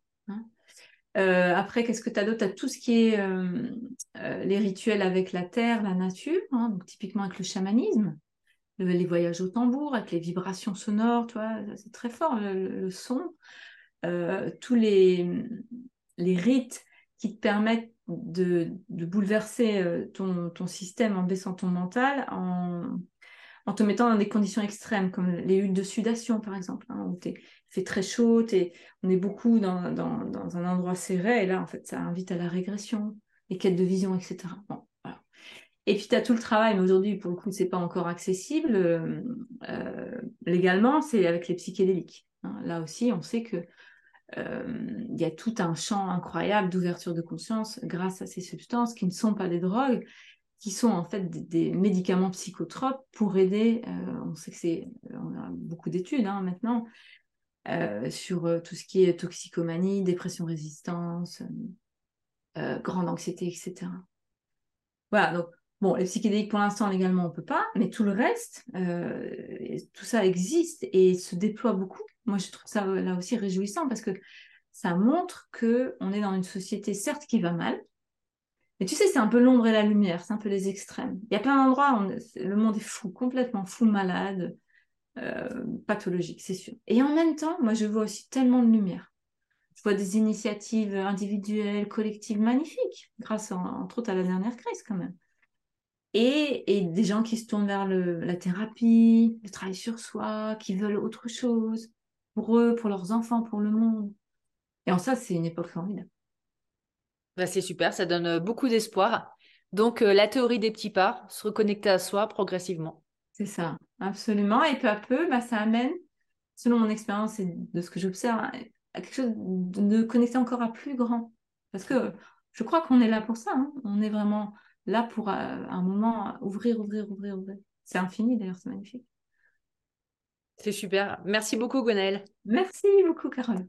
Après, qu'est-ce que tu as d'autre? Tu as tout ce qui est les rituels avec la terre, la nature, donc typiquement avec le chamanisme. Les voyages au tambour, avec les vibrations sonores, tu vois, c'est très fort le son. Tous les rites qui te permettent de bouleverser ton système en baissant ton mental, en te mettant dans des conditions extrêmes, comme les huiles de sudation, par exemple, où il fait très chaud, on est beaucoup dans un endroit serré, et là, en fait, ça invite à la régression, les quêtes de vision, etc. Bon, voilà. Et puis, tu as tout le travail, mais aujourd'hui, pour le coup, ce n'est pas encore accessible légalement, c'est avec les psychédéliques. Là aussi, on sait que Il y a tout un champ incroyable d'ouverture de conscience grâce à ces substances qui ne sont pas des drogues, qui sont en fait des médicaments psychotropes pour aider, on sait que on a beaucoup d'études maintenant, sur tout ce qui est toxicomanie, dépression résistance, grande anxiété, etc. Voilà, donc bon, les psychédéliques pour l'instant légalement on peut pas, mais tout le reste, tout ça existe et se déploie beaucoup. Moi je trouve ça là aussi réjouissant parce que ça montre qu'on est dans une société certes qui va mal, mais tu sais c'est un peu l'ombre et la lumière, c'est un peu les extrêmes. Il y a plein d'endroits où le monde est fou, complètement fou, malade, pathologique, c'est sûr. Et en même temps, moi je vois aussi tellement de lumière. Je vois des initiatives individuelles, collectives magnifiques, grâce entre autres à la dernière crise quand même. Et des gens qui se tournent vers la thérapie, le travail sur soi, qui veulent autre chose pour eux, pour leurs enfants, pour le monde. Et en ça, c'est une époque formidable. Bah, c'est super, ça donne beaucoup d'espoir. Donc, la théorie des petits pas, se reconnecter à soi progressivement. C'est ça, absolument. Et peu à peu, ça amène, selon mon expérience et de ce que j'observe, à quelque chose de connecté encore à plus grand. Parce que je crois qu'on est là pour ça. On est vraiment là pour un moment ouvrir. C'est infini d'ailleurs, c'est magnifique. C'est super. Merci beaucoup, Gwenaëlle. Merci beaucoup, Carole.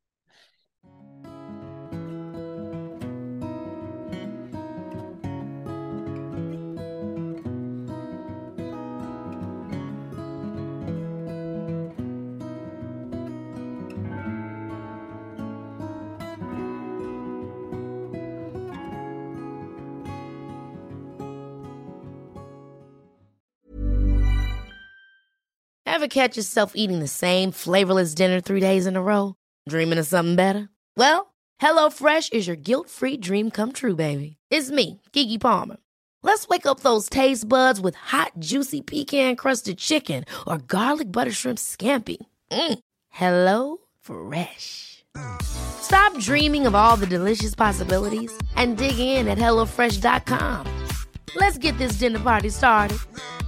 Ever catch yourself eating the same flavorless dinner 3 days in a row? Dreaming of something better? Well, HelloFresh is your guilt-free dream come true, baby. It's me, Keke Palmer. Let's wake up those taste buds with hot, juicy pecan-crusted chicken or garlic butter shrimp scampi. Hello Fresh. Stop dreaming of all the delicious possibilities and dig in at HelloFresh.com. Let's get this dinner party started.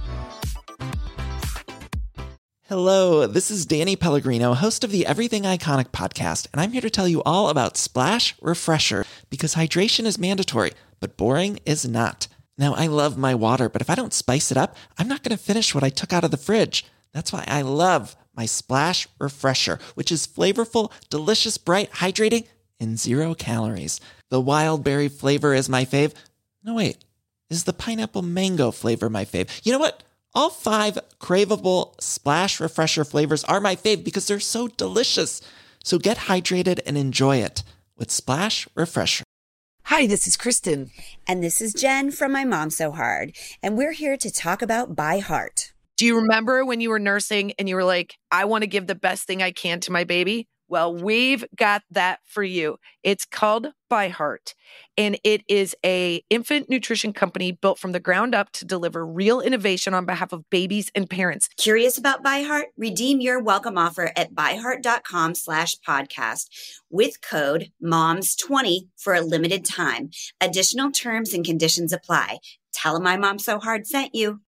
Hello, this is Danny Pellegrino, host of the Everything Iconic podcast, and I'm here to tell you all about Splash Refresher, because hydration is mandatory, but boring is not. Now, I love my water, but if I don't spice it up, I'm not going to finish what I took out of the fridge. That's why I love my Splash Refresher, which is flavorful, delicious, bright, hydrating, and 0 calories. The wild berry flavor is my fave. No, wait, is the pineapple mango flavor my fave? You know what? All 5 craveable Splash Refresher flavors are my fave because they're so delicious. So get hydrated and enjoy it with Splash Refresher. Hi, this is Kristen. And this is Jen from My Mom So Hard. And we're here to talk about By Heart. Do you remember when you were nursing and you were like, I want to give the best thing I can to my baby? Well, we've got that for you. It's called By Heart, and it is an infant nutrition company built from the ground up to deliver real innovation on behalf of babies and parents. Curious about By Heart? Redeem your welcome offer at byheart.com/podcast with code MOMS20 for a limited time. Additional terms and conditions apply. Tell them My Mom So Hard sent you.